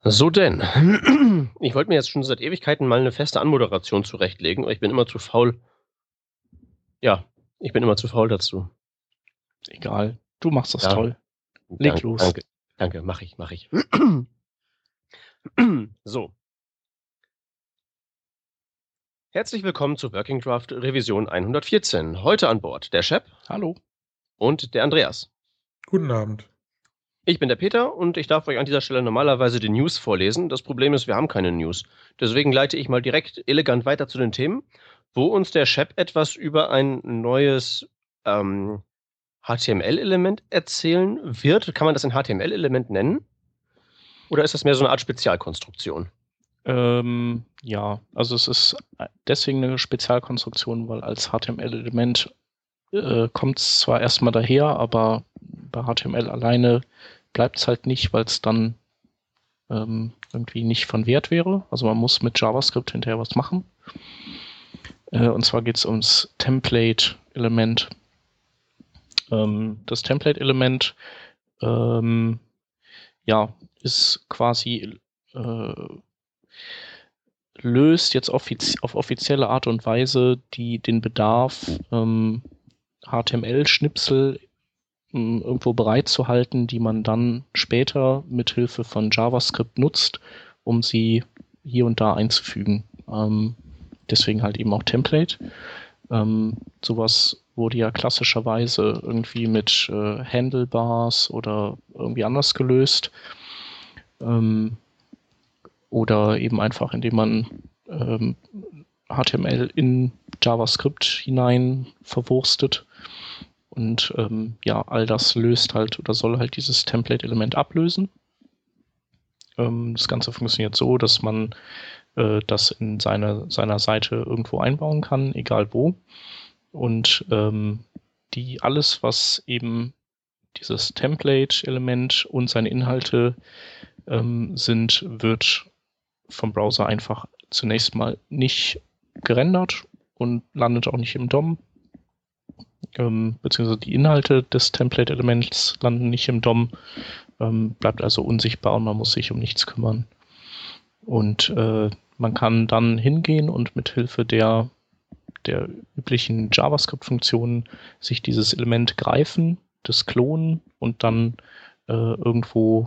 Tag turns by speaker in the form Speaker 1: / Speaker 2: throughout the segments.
Speaker 1: So denn. Ich wollte mir jetzt schon seit Ewigkeiten mal eine feste Anmoderation zurechtlegen, aber ich bin immer zu faul. Ja, ich bin immer zu faul dazu.
Speaker 2: Egal, du machst das
Speaker 1: Ja,
Speaker 2: toll. Leg
Speaker 1: danke,
Speaker 2: los.
Speaker 1: danke, mach ich. So, herzlich willkommen zur Working Draft Revision 114. Heute an Bord der Shep
Speaker 2: Hallo.
Speaker 1: und der Andreas.
Speaker 3: Guten Abend.
Speaker 1: Ich bin der Peter und ich darf euch an dieser Stelle normalerweise die News vorlesen. Das Problem ist, wir haben keine News. Deswegen leite ich mal direkt elegant weiter zu den Themen, wo uns der Shep etwas über ein neues HTML-Element erzählen wird. Kann man das ein HTML-Element nennen? Oder ist das mehr so eine Art Spezialkonstruktion?
Speaker 2: Ja, also es ist deswegen eine Spezialkonstruktion, weil als HTML-Element kommt es zwar erstmal daher, aber bei HTML alleine bleibt es halt nicht, weil es dann irgendwie nicht von Wert wäre. Also man muss mit JavaScript hinterher was machen. Und zwar geht es ums Template-Element. Das Template-Element ist quasi löst jetzt auf offizielle Art und Weise den Bedarf, HTML-Schnipsel irgendwo bereitzuhalten, die man dann später mit Hilfe von JavaScript nutzt, um sie hier und da einzufügen. Deswegen halt eben auch Template. Sowas wurde ja klassischerweise irgendwie mit Handlebars oder irgendwie anders gelöst. Oder eben einfach, indem man HTML in JavaScript hinein verwurstet. Und all das löst halt oder soll halt dieses Template-Element ablösen. Das Ganze funktioniert so, dass man das in seiner Seite irgendwo einbauen kann, egal wo. Und alles, was eben dieses Template-Element und seine Inhalte sind, wird vom Browser einfach zunächst mal nicht gerendert und landet auch nicht im DOM. Beziehungsweise die Inhalte des Template-Elements landen nicht im DOM, bleibt also unsichtbar und man muss sich um nichts kümmern. Und man kann dann hingehen und mit Hilfe der üblichen JavaScript-Funktionen sich dieses Element greifen, das klonen und dann irgendwo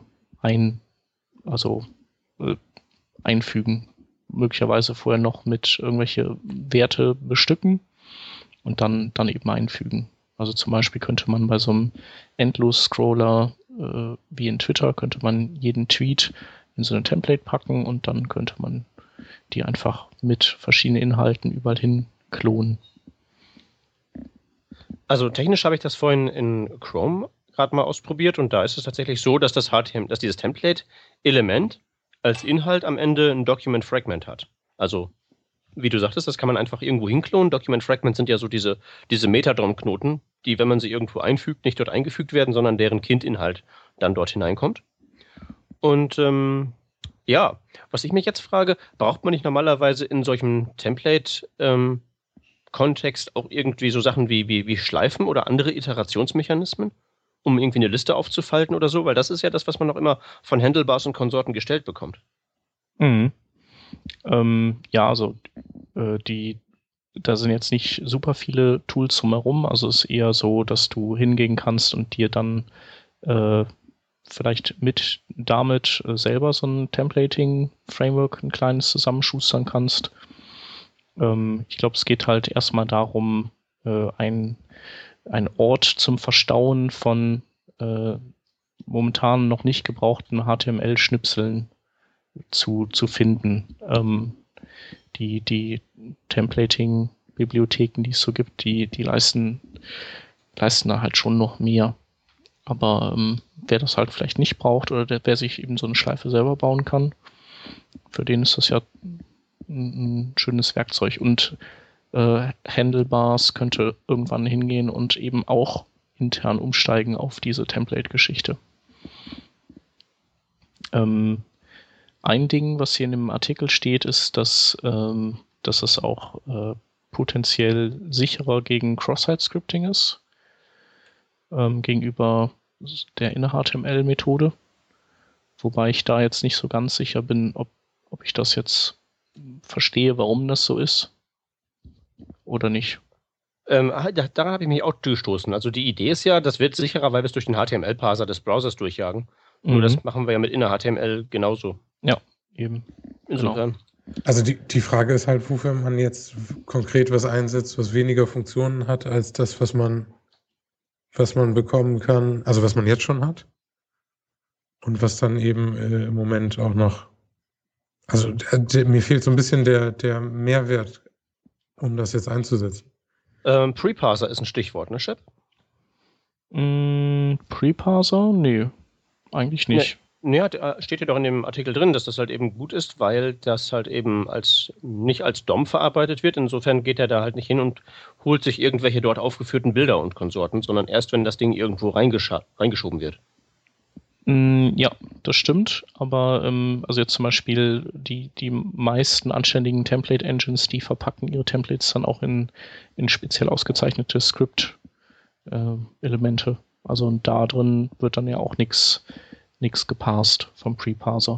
Speaker 2: einfügen. Möglicherweise vorher noch mit irgendwelche Werte bestücken und dann eben einfügen. Also zum Beispiel könnte man bei so einem Endlos-Scroller wie in Twitter, könnte man jeden Tweet in so eine Template packen und dann könnte man die einfach mit verschiedenen Inhalten überall hin klonen.
Speaker 1: Also technisch habe ich das vorhin in Chrome gerade mal ausprobiert und da ist es tatsächlich so, dass dass dieses Template-Element als Inhalt am Ende ein Document Fragment hat. Also, wie du sagtest, das kann man einfach irgendwo hinklonen. Document Fragments sind ja so diese Metadom-Knoten, die, wenn man sie irgendwo einfügt, nicht dort eingefügt werden, sondern deren Kindinhalt dann dort hineinkommt. Und ja, was ich mich jetzt frage, braucht man nicht normalerweise in solchem Template Kontext auch irgendwie so Sachen wie Schleifen oder andere Iterationsmechanismen, um irgendwie eine Liste aufzufalten oder so? Weil das ist ja das, was man noch immer von Handlebars und Konsorten gestellt bekommt.
Speaker 2: Mhm. Also da sind jetzt nicht super viele Tools drumherum. Also es ist eher so, dass du hingehen kannst und dir dann vielleicht damit selber so ein Templating-Framework, ein kleines zusammenschustern kannst. Ich glaube, es geht halt erstmal darum, ein Ort zum Verstauen von momentan noch nicht gebrauchten HTML-Schnipseln zu finden. Die Templating-Bibliotheken, die es so gibt, die leisten da halt schon noch mehr. Aber wer das halt vielleicht nicht braucht oder wer sich eben so eine Schleife selber bauen kann, für den ist das ja ein schönes Werkzeug. Und Handlebars könnte irgendwann hingehen und eben auch intern umsteigen auf diese Template-Geschichte. Ein Ding, was hier in dem Artikel steht, ist, dass es auch potenziell sicherer gegen Cross-Site-Scripting ist, gegenüber der Inner-HTML-Methode. Wobei ich da jetzt nicht so ganz sicher bin, ob ich das jetzt verstehe, warum das so ist oder nicht.
Speaker 1: Daran habe ich mich auch gestoßen. Also die Idee ist ja, das wird sicherer, weil wir es durch den HTML-Parser des Browsers durchjagen. Nur das machen wir ja mit Inner-HTML genauso.
Speaker 2: Ja, eben.
Speaker 1: Insofern.
Speaker 2: Genau.
Speaker 3: Also die Frage ist halt, wofür man jetzt konkret was einsetzt, was weniger Funktionen hat, als das, was man bekommen kann, also was man jetzt schon hat. Und was dann eben im Moment auch noch, also mir fehlt so ein bisschen der Mehrwert, um das jetzt einzusetzen.
Speaker 1: Preparser ist ein Stichwort, ne, Shep?
Speaker 2: Preparser? Nee, eigentlich nicht.
Speaker 1: Nee, steht ja doch in dem Artikel drin, dass das halt eben gut ist, weil das halt eben nicht als DOM verarbeitet wird. Insofern geht er da halt nicht hin und holt sich irgendwelche dort aufgeführten Bilder und Konsorten, sondern erst, wenn das Ding irgendwo reingeschoben wird.
Speaker 2: Ja, das stimmt, aber also jetzt zum Beispiel die meisten anständigen Template-Engines, die verpacken ihre Templates dann auch in speziell ausgezeichnete Script-Elemente. Also und da drin wird dann ja auch nichts geparst vom Preparser.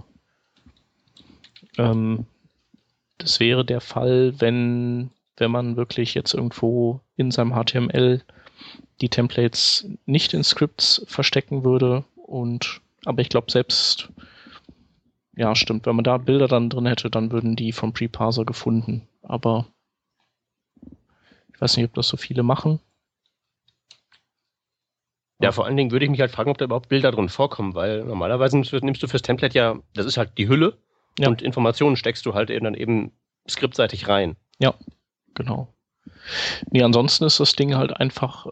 Speaker 2: Das wäre der Fall, wenn man wirklich jetzt irgendwo in seinem HTML die Templates nicht in Scripts verstecken würde. Aber ich glaube selbst, ja stimmt, wenn man da Bilder dann drin hätte, dann würden die vom Preparser gefunden. Aber ich weiß nicht, ob das so viele machen.
Speaker 1: Ja, vor allen Dingen würde ich mich halt fragen, ob da überhaupt Bilder drin vorkommen, weil normalerweise nimmst du fürs Template ja, das ist halt die Hülle und Informationen steckst du halt eben dann eben skriptseitig rein.
Speaker 2: Ja, genau. Nee, ansonsten ist das Ding halt einfach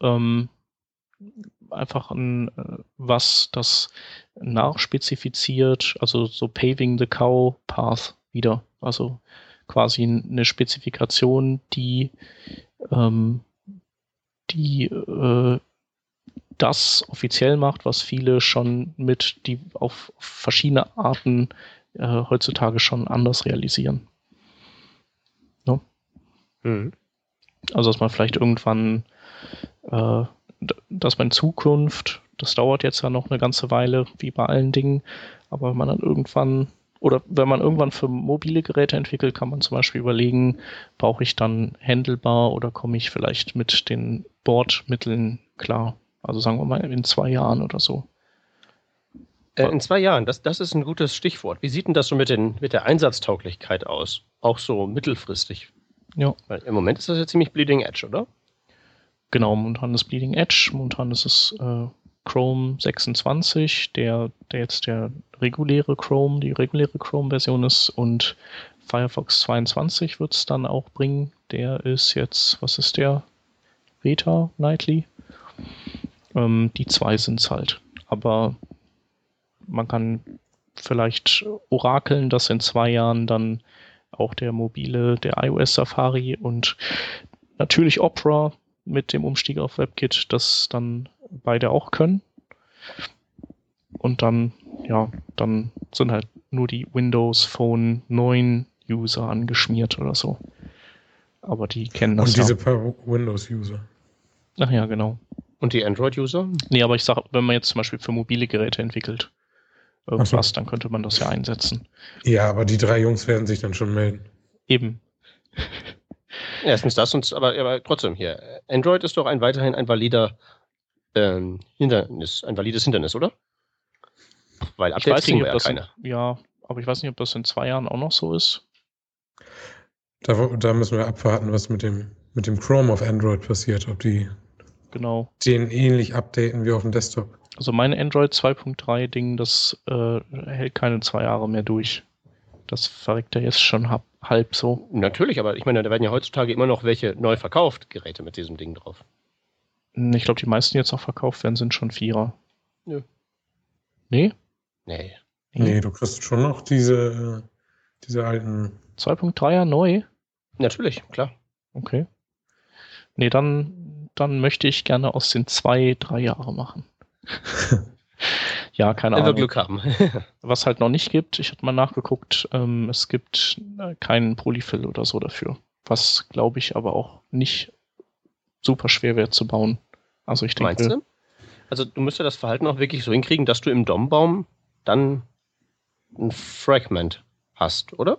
Speaker 2: was das nachspezifiziert, also so Paving the Cow Path wieder. Also quasi eine Spezifikation, die das offiziell macht, was viele schon auf verschiedene Arten heutzutage schon anders realisieren. No?
Speaker 1: Mhm.
Speaker 2: Also dass man vielleicht irgendwann dass man in Zukunft, das dauert jetzt ja noch eine ganze Weile, wie bei allen Dingen, aber wenn man dann irgendwann für mobile Geräte entwickelt, kann man zum Beispiel überlegen, brauche ich dann Handlebar oder komme ich vielleicht mit den Bordmitteln klar? Also sagen wir mal in 2 Jahren oder so.
Speaker 1: In 2 Jahren, das ist ein gutes Stichwort. Wie sieht denn das so mit der Einsatztauglichkeit aus? Auch so mittelfristig?
Speaker 2: Ja.
Speaker 1: Weil im Moment ist das ja ziemlich Bleeding Edge, oder?
Speaker 2: Genau, momentan ist Bleeding Edge, momentan ist es Chrome 26, der jetzt die reguläre Chrome-Version ist, und Firefox 22 wird es dann auch bringen. Der ist jetzt, was ist der? Beta Nightly? Die 2 sind es halt. Aber man kann vielleicht orakeln, dass in 2 Jahren dann auch der iOS Safari und natürlich Opera mit dem Umstieg auf WebKit das dann beide auch können. Und dann sind halt nur die Windows Phone 9 User angeschmiert oder so. Aber die kennen das.
Speaker 3: Und diese paar Windows-User.
Speaker 2: Ach ja, genau.
Speaker 1: Und die Android-User?
Speaker 2: Nee, aber ich sage, wenn man jetzt zum Beispiel für mobile Geräte entwickelt, irgendwas, dann könnte man das ja einsetzen.
Speaker 3: Ja, aber die 3 Jungs werden sich dann schon melden.
Speaker 2: Eben.
Speaker 1: Erstens das, aber trotzdem hier. Android ist doch weiterhin ein valider ein valides Hindernis, oder? Weil Updates kriegen wir ja keine.
Speaker 2: Ja, aber ich weiß nicht, ob das in 2 Jahren auch noch so ist.
Speaker 3: Da müssen wir abwarten, was mit dem Chrome auf Android passiert, ob die den ähnlich updaten wie auf dem Desktop.
Speaker 2: Also mein Android 2.3 Ding, das hält keine 2 Jahre mehr durch. Das verreckt ja jetzt schon halb so.
Speaker 1: Natürlich, aber ich meine, da werden ja heutzutage immer noch welche neu verkauft, Geräte mit diesem Ding drauf.
Speaker 2: Ich glaube, die meisten, die jetzt noch verkauft werden, sind schon 4er.
Speaker 1: Nö.
Speaker 2: Nee?
Speaker 3: Nee, du kriegst schon noch diese alten
Speaker 2: 2.3er neu?
Speaker 1: Natürlich, klar.
Speaker 2: Okay. Nee, dann möchte ich gerne aus den 2 3 Jahre machen. Ja, keine Ahnung.
Speaker 1: Wenn wir Glück haben.
Speaker 2: Was halt noch nicht gibt, ich hatte mal nachgeguckt, es gibt keinen Polyfill oder so dafür. Was, glaube ich, aber auch nicht super schwer wäre zu bauen. Also ich denke.
Speaker 1: Meinst du? Also du müsstest das Verhalten auch wirklich so hinkriegen, dass du im DOM-Baum dann ein Fragment hast, oder?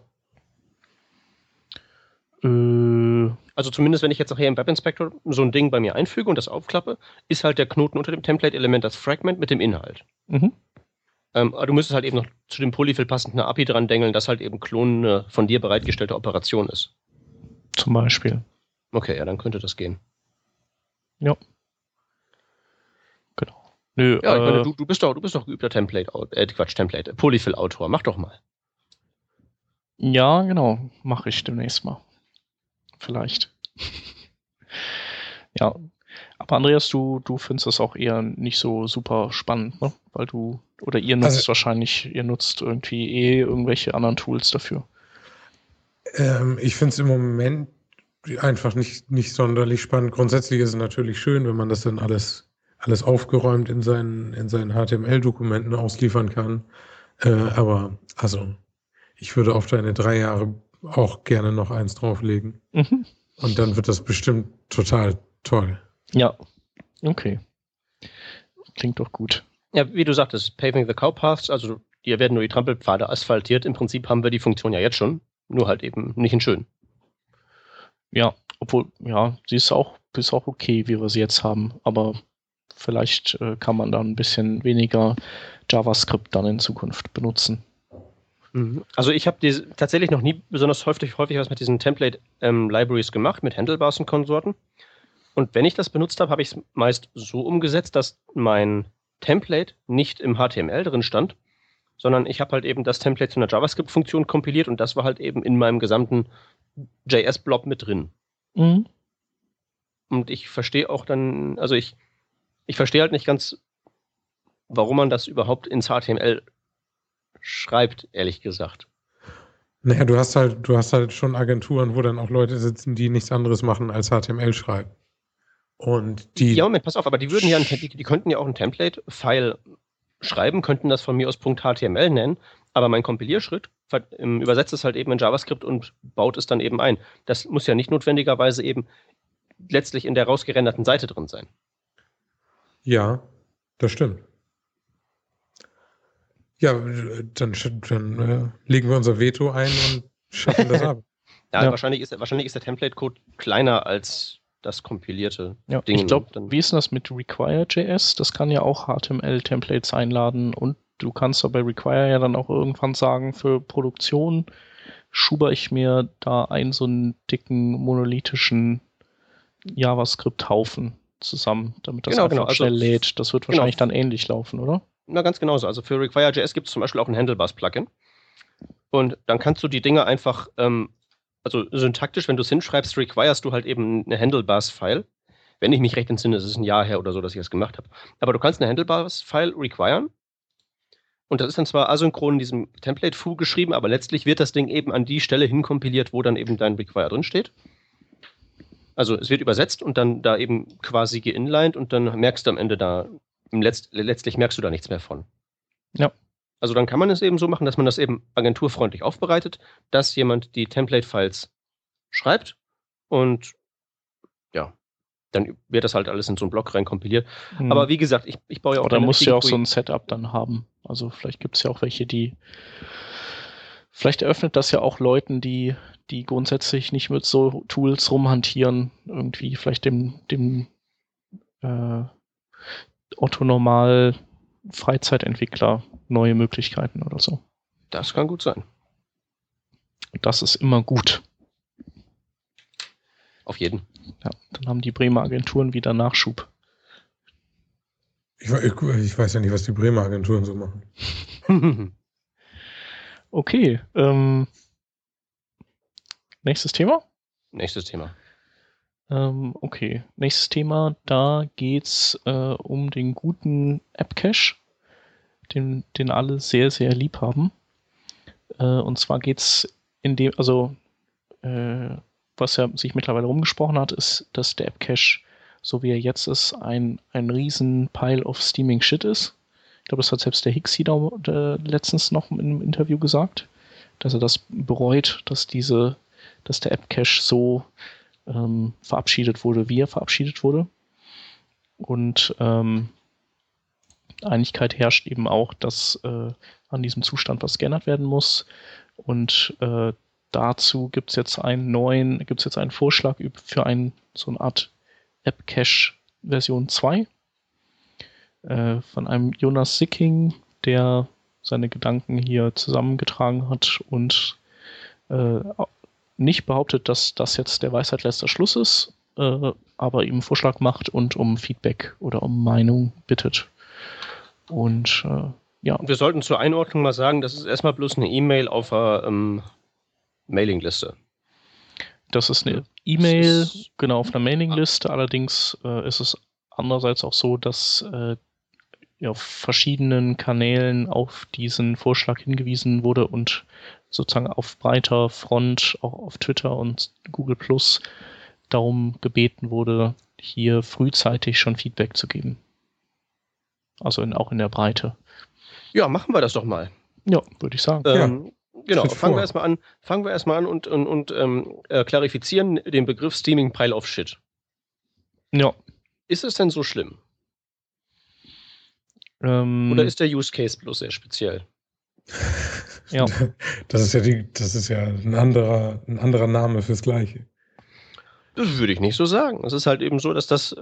Speaker 1: Also zumindest, wenn ich jetzt nachher im Web Inspector so ein Ding bei mir einfüge und das aufklappe, ist halt der Knoten unter dem Template-Element das Fragment mit dem Inhalt.
Speaker 2: Mhm.
Speaker 1: Aber du müsstest halt eben noch zu dem Polyfill passend eine API dran dengeln, dass halt eben Klonen eine von dir bereitgestellte Operation ist.
Speaker 2: Zum Beispiel.
Speaker 1: Okay, ja, dann könnte das gehen.
Speaker 2: Ja. Genau. Nö,
Speaker 1: Ja, ich meine, du bist doch geübter Polyfill-Autor. Mach doch mal.
Speaker 2: Ja, genau. Mache ich demnächst mal. Vielleicht. Ja. Aber Andreas, du findest das auch eher nicht so super spannend, ne? Weil ihr nutzt ihr nutzt irgendwie irgendwelche anderen Tools dafür.
Speaker 3: Ich finde es im Moment einfach nicht sonderlich spannend. Grundsätzlich ist es natürlich schön, wenn man das dann alles aufgeräumt in seinen HTML-Dokumenten ausliefern kann. Aber also, ich würde auf deine 3 Jahre auch gerne noch eins drauflegen.
Speaker 2: Mhm.
Speaker 3: Und dann wird das bestimmt total toll.
Speaker 2: Ja, okay. Klingt doch gut.
Speaker 1: Ja, wie du sagtest, Paving the Cowpaths, also hier werden nur die Trampelpfade asphaltiert. Im Prinzip haben wir die Funktion ja jetzt schon, nur halt eben nicht in schön.
Speaker 2: Ja, obwohl, ja, sie ist auch okay, wie wir sie jetzt haben, aber vielleicht kann man dann ein bisschen weniger JavaScript dann in Zukunft benutzen.
Speaker 1: Also ich habe tatsächlich noch nie besonders häufig was mit diesen Template-Libraries gemacht, mit Handlebars und Konsorten. Und wenn ich das benutzt habe, habe ich es meist so umgesetzt, dass mein Template nicht im HTML drin stand, sondern ich habe halt eben das Template zu einer JavaScript-Funktion kompiliert und das war halt eben in meinem gesamten JS-Blob mit drin.
Speaker 2: Mhm.
Speaker 1: Und ich verstehe auch dann, also ich verstehe halt nicht ganz, warum man das überhaupt ins HTML schreibt, ehrlich gesagt.
Speaker 3: Naja, du hast halt schon Agenturen, wo dann auch Leute sitzen, die nichts anderes machen als HTML schreiben. Und die.
Speaker 1: Ja, Moment, pass auf, aber die könnten ja auch ein Template-File schreiben, könnten das von mir aus .html nennen, aber mein Kompilierschritt übersetzt es halt eben in JavaScript und baut es dann eben ein. Das muss ja nicht notwendigerweise eben letztlich in der rausgerenderten Seite drin sein.
Speaker 3: Ja, das stimmt. Ja, dann legen wir unser Veto ein und schaffen das ab.
Speaker 1: Ja. Wahrscheinlich ist der Template-Code kleiner als das kompilierte Ding.
Speaker 2: Ich glaube, wie ist denn das mit Require.js? Das kann ja auch HTML-Templates einladen und du kannst ja bei Require ja dann auch irgendwann sagen, für Produktion schuber ich mir da so einen dicken, monolithischen JavaScript-Haufen zusammen, damit das einfach schnell lädt. Das wird wahrscheinlich dann ähnlich laufen, oder?
Speaker 1: Na, ganz genauso. Also für Require.js gibt es zum Beispiel auch ein Handlebars-Plugin. Und dann kannst du die Dinge einfach, also syntaktisch, wenn du es hinschreibst, requirest du halt eben eine Handlebars-File. Wenn ich mich recht entsinne, es ist ein Jahr her oder so, dass ich das gemacht habe. Aber du kannst eine Handlebars-File requiren. Und das ist dann zwar asynchron in diesem Template-Foo geschrieben, aber letztlich wird das Ding eben an die Stelle hinkompiliert, wo dann eben dein Require drin steht. Also es wird übersetzt und dann da eben quasi geinlined und dann merkst du am Ende letztlich merkst du da nichts mehr von.
Speaker 2: Ja.
Speaker 1: Also dann kann man es eben so machen, dass man das eben agenturfreundlich aufbereitet, dass jemand die Template-Files schreibt und ja, dann wird das halt alles in so einen Block rein kompiliert. Aber wie gesagt, ich baue ja auch...
Speaker 2: Oder musst du ja auch so ein Setup dann haben. Also vielleicht gibt es ja auch welche, vielleicht eröffnet das ja auch Leuten, die grundsätzlich nicht mit so Tools rumhantieren, irgendwie vielleicht dem Otto-Normal Freizeitentwickler neue Möglichkeiten oder so.
Speaker 1: Das kann gut sein.
Speaker 2: Das ist immer gut.
Speaker 1: Auf jeden.
Speaker 2: Ja, dann haben die Bremer Agenturen wieder Nachschub.
Speaker 3: Ich weiß ja nicht, was die Bremer Agenturen so machen.
Speaker 2: Okay. Nächstes Thema?
Speaker 1: Nächstes Thema.
Speaker 2: Okay. Nächstes Thema, da geht's um den guten App-Cache, den alle sehr, sehr lieb haben. Und zwar geht's was ja sich mittlerweile rumgesprochen hat, ist, dass der App-Cache, so wie er jetzt ist, ein riesen Pile of steaming Shit ist. Ich glaube, das hat selbst der Hixie da letztens noch in einem Interview gesagt, dass er das bereut, dass der App-Cache so verabschiedet wurde, wie er verabschiedet wurde. Und Einigkeit herrscht eben auch, dass an diesem Zustand was geändert werden muss. Und dazu gibt es jetzt einen Vorschlag für so eine Art App-Cache Version 2 von einem Jonas Sicking, der seine Gedanken hier zusammengetragen hat und nicht behauptet, dass das jetzt der Weisheit letzter Schluss ist, aber ihm einen Vorschlag macht und um Feedback oder um Meinung bittet. Und ja.
Speaker 1: Wir sollten zur Einordnung mal sagen, das ist erstmal bloß eine E-Mail auf der Mailingliste.
Speaker 2: Das ist eine E-Mail, genau, auf einer Mailingliste. Allerdings ist es andererseits auch so, dass auf verschiedenen Kanälen auf diesen Vorschlag hingewiesen wurde und sozusagen auf breiter Front, auch auf Twitter und Google Plus, darum gebeten wurde, hier frühzeitig schon Feedback zu geben. Also auch in der Breite.
Speaker 1: Ja, machen wir das doch mal.
Speaker 2: Ja, würde ich sagen.
Speaker 1: Genau, fangen wir erstmal an und klarifizieren den Begriff Steaming Pile of Shit.
Speaker 2: Ja.
Speaker 1: Ist es denn so schlimm? Oder ist der Use Case bloß sehr speziell?
Speaker 2: Ja.
Speaker 3: Das ist ja ein anderer Name fürs Gleiche.
Speaker 1: Das würde ich nicht so sagen. Es ist halt eben so, dass das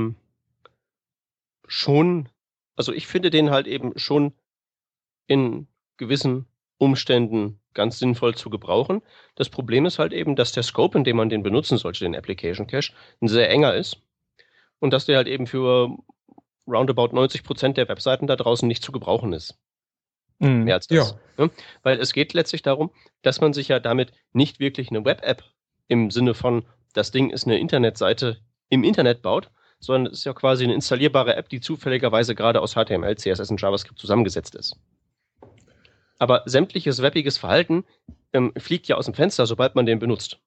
Speaker 1: schon, also ich finde den halt eben schon in gewissen Umständen ganz sinnvoll zu gebrauchen. Das Problem ist halt eben, dass der Scope, in dem man den benutzen sollte, den Application Cache, ein sehr enger ist und dass der halt eben für roundabout 90% der Webseiten da draußen nicht zu gebrauchen ist. Mehr als das. Ja. Weil es geht letztlich darum, dass man sich ja damit nicht wirklich eine Web-App im Sinne von, das Ding ist eine Internetseite im Internet baut, sondern es ist ja quasi eine installierbare App, die zufälligerweise gerade aus HTML, CSS und JavaScript zusammengesetzt ist. Aber sämtliches webbiges Verhalten fliegt ja aus dem Fenster, sobald man den benutzt.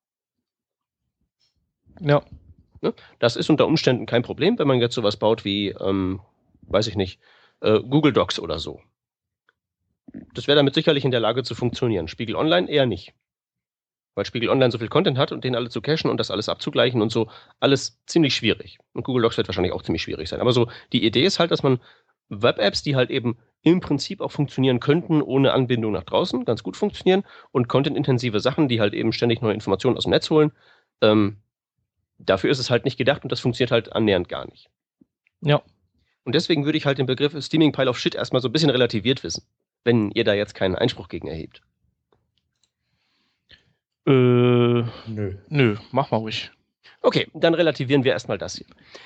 Speaker 2: Ja.
Speaker 1: Das ist unter Umständen kein Problem, wenn man jetzt sowas baut wie, weiß ich nicht, Google Docs oder so. Das wäre damit sicherlich in der Lage zu funktionieren. Spiegel Online eher nicht. Weil Spiegel Online so viel Content hat und den alle zu cachen und das alles abzugleichen und so, alles ziemlich schwierig. Und Google Docs wird wahrscheinlich auch ziemlich schwierig sein. Aber so, die Idee ist halt, dass man Web-Apps, die halt eben im Prinzip auch funktionieren könnten, ohne Anbindung nach draußen, ganz gut funktionieren und contentintensive Sachen, die halt eben ständig neue Informationen aus dem Netz holen, dafür ist es halt nicht gedacht und das funktioniert halt annähernd gar nicht.
Speaker 2: Ja.
Speaker 1: Und deswegen würde ich halt den Begriff Steaming Pile of Shit erstmal so ein bisschen relativiert wissen, wenn ihr da jetzt keinen Einspruch gegen erhebt.
Speaker 2: Nö, mach mal ruhig.
Speaker 1: Okay, dann relativieren wir erstmal das hier.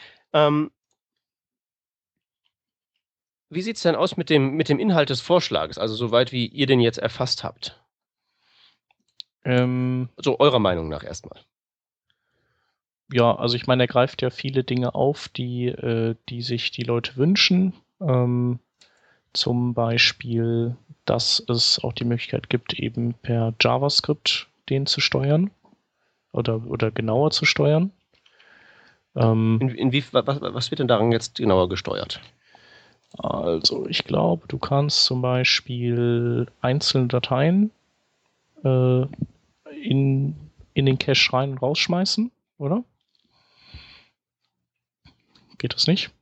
Speaker 1: Wie sieht es denn aus mit dem Inhalt des Vorschlages, also soweit wie ihr den jetzt erfasst habt? So eurer Meinung nach erstmal.
Speaker 2: Ja, also ich meine, er greift ja viele Dinge auf, die sich die Leute wünschen. Zum Beispiel, dass es auch die Möglichkeit gibt, eben per JavaScript den zu steuern oder genauer zu steuern.
Speaker 1: Was wird denn daran jetzt genauer gesteuert?
Speaker 2: Also ich glaube, du kannst zum Beispiel einzelne Dateien in den Cache rein und rausschmeißen, oder? Geht das nicht?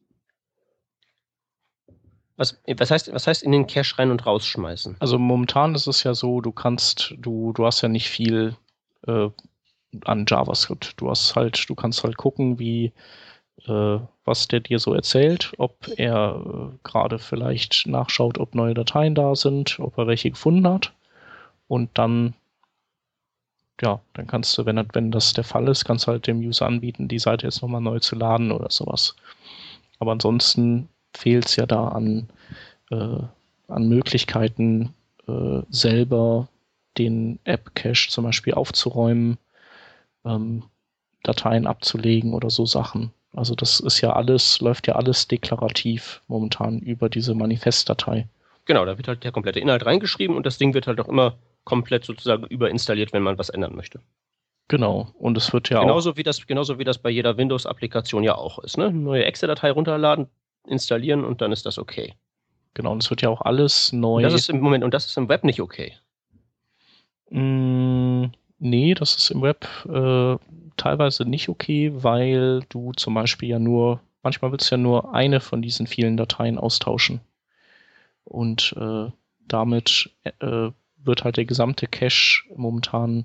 Speaker 1: Was heißt in den Cache rein und rausschmeißen?
Speaker 2: Also momentan ist es ja so, du hast ja nicht viel an JavaScript. Du kannst halt gucken, was der dir so erzählt, ob er gerade vielleicht nachschaut, ob neue Dateien da sind, ob er welche gefunden hat. Und dann kannst du, wenn das der Fall ist, kannst du halt dem User anbieten, die Seite jetzt nochmal neu zu laden oder sowas. Aber ansonsten fehlt es ja da an Möglichkeiten, selber den App-Cache zum Beispiel aufzuräumen, Dateien abzulegen oder so Sachen. Also das läuft ja alles deklarativ momentan über diese Manifestdatei.
Speaker 1: Genau, da wird halt der komplette Inhalt reingeschrieben und das Ding wird halt auch immer komplett sozusagen überinstalliert, wenn man was ändern möchte.
Speaker 2: Genau, und es wird ja
Speaker 1: genauso wie das bei jeder Windows-Applikation ja auch ist. Ne? Eine neue Excel-Datei runterladen, installieren und dann ist das okay.
Speaker 2: Genau, und es wird ja auch alles neu.
Speaker 1: Und das ist im Web nicht okay.
Speaker 2: Nee, das ist im Web teilweise nicht okay, weil du zum Beispiel ja nur manchmal willst du ja nur eine von diesen vielen Dateien austauschen. Und damit wird halt der gesamte Cache momentan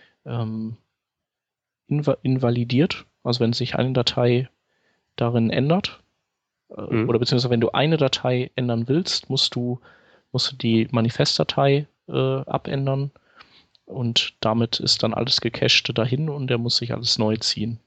Speaker 2: invalidiert. Also wenn sich eine Datei darin ändert, oder beziehungsweise wenn du eine Datei ändern willst, musst du die Manifestdatei abändern und damit ist dann alles Gecached dahin und der muss sich alles neu ziehen.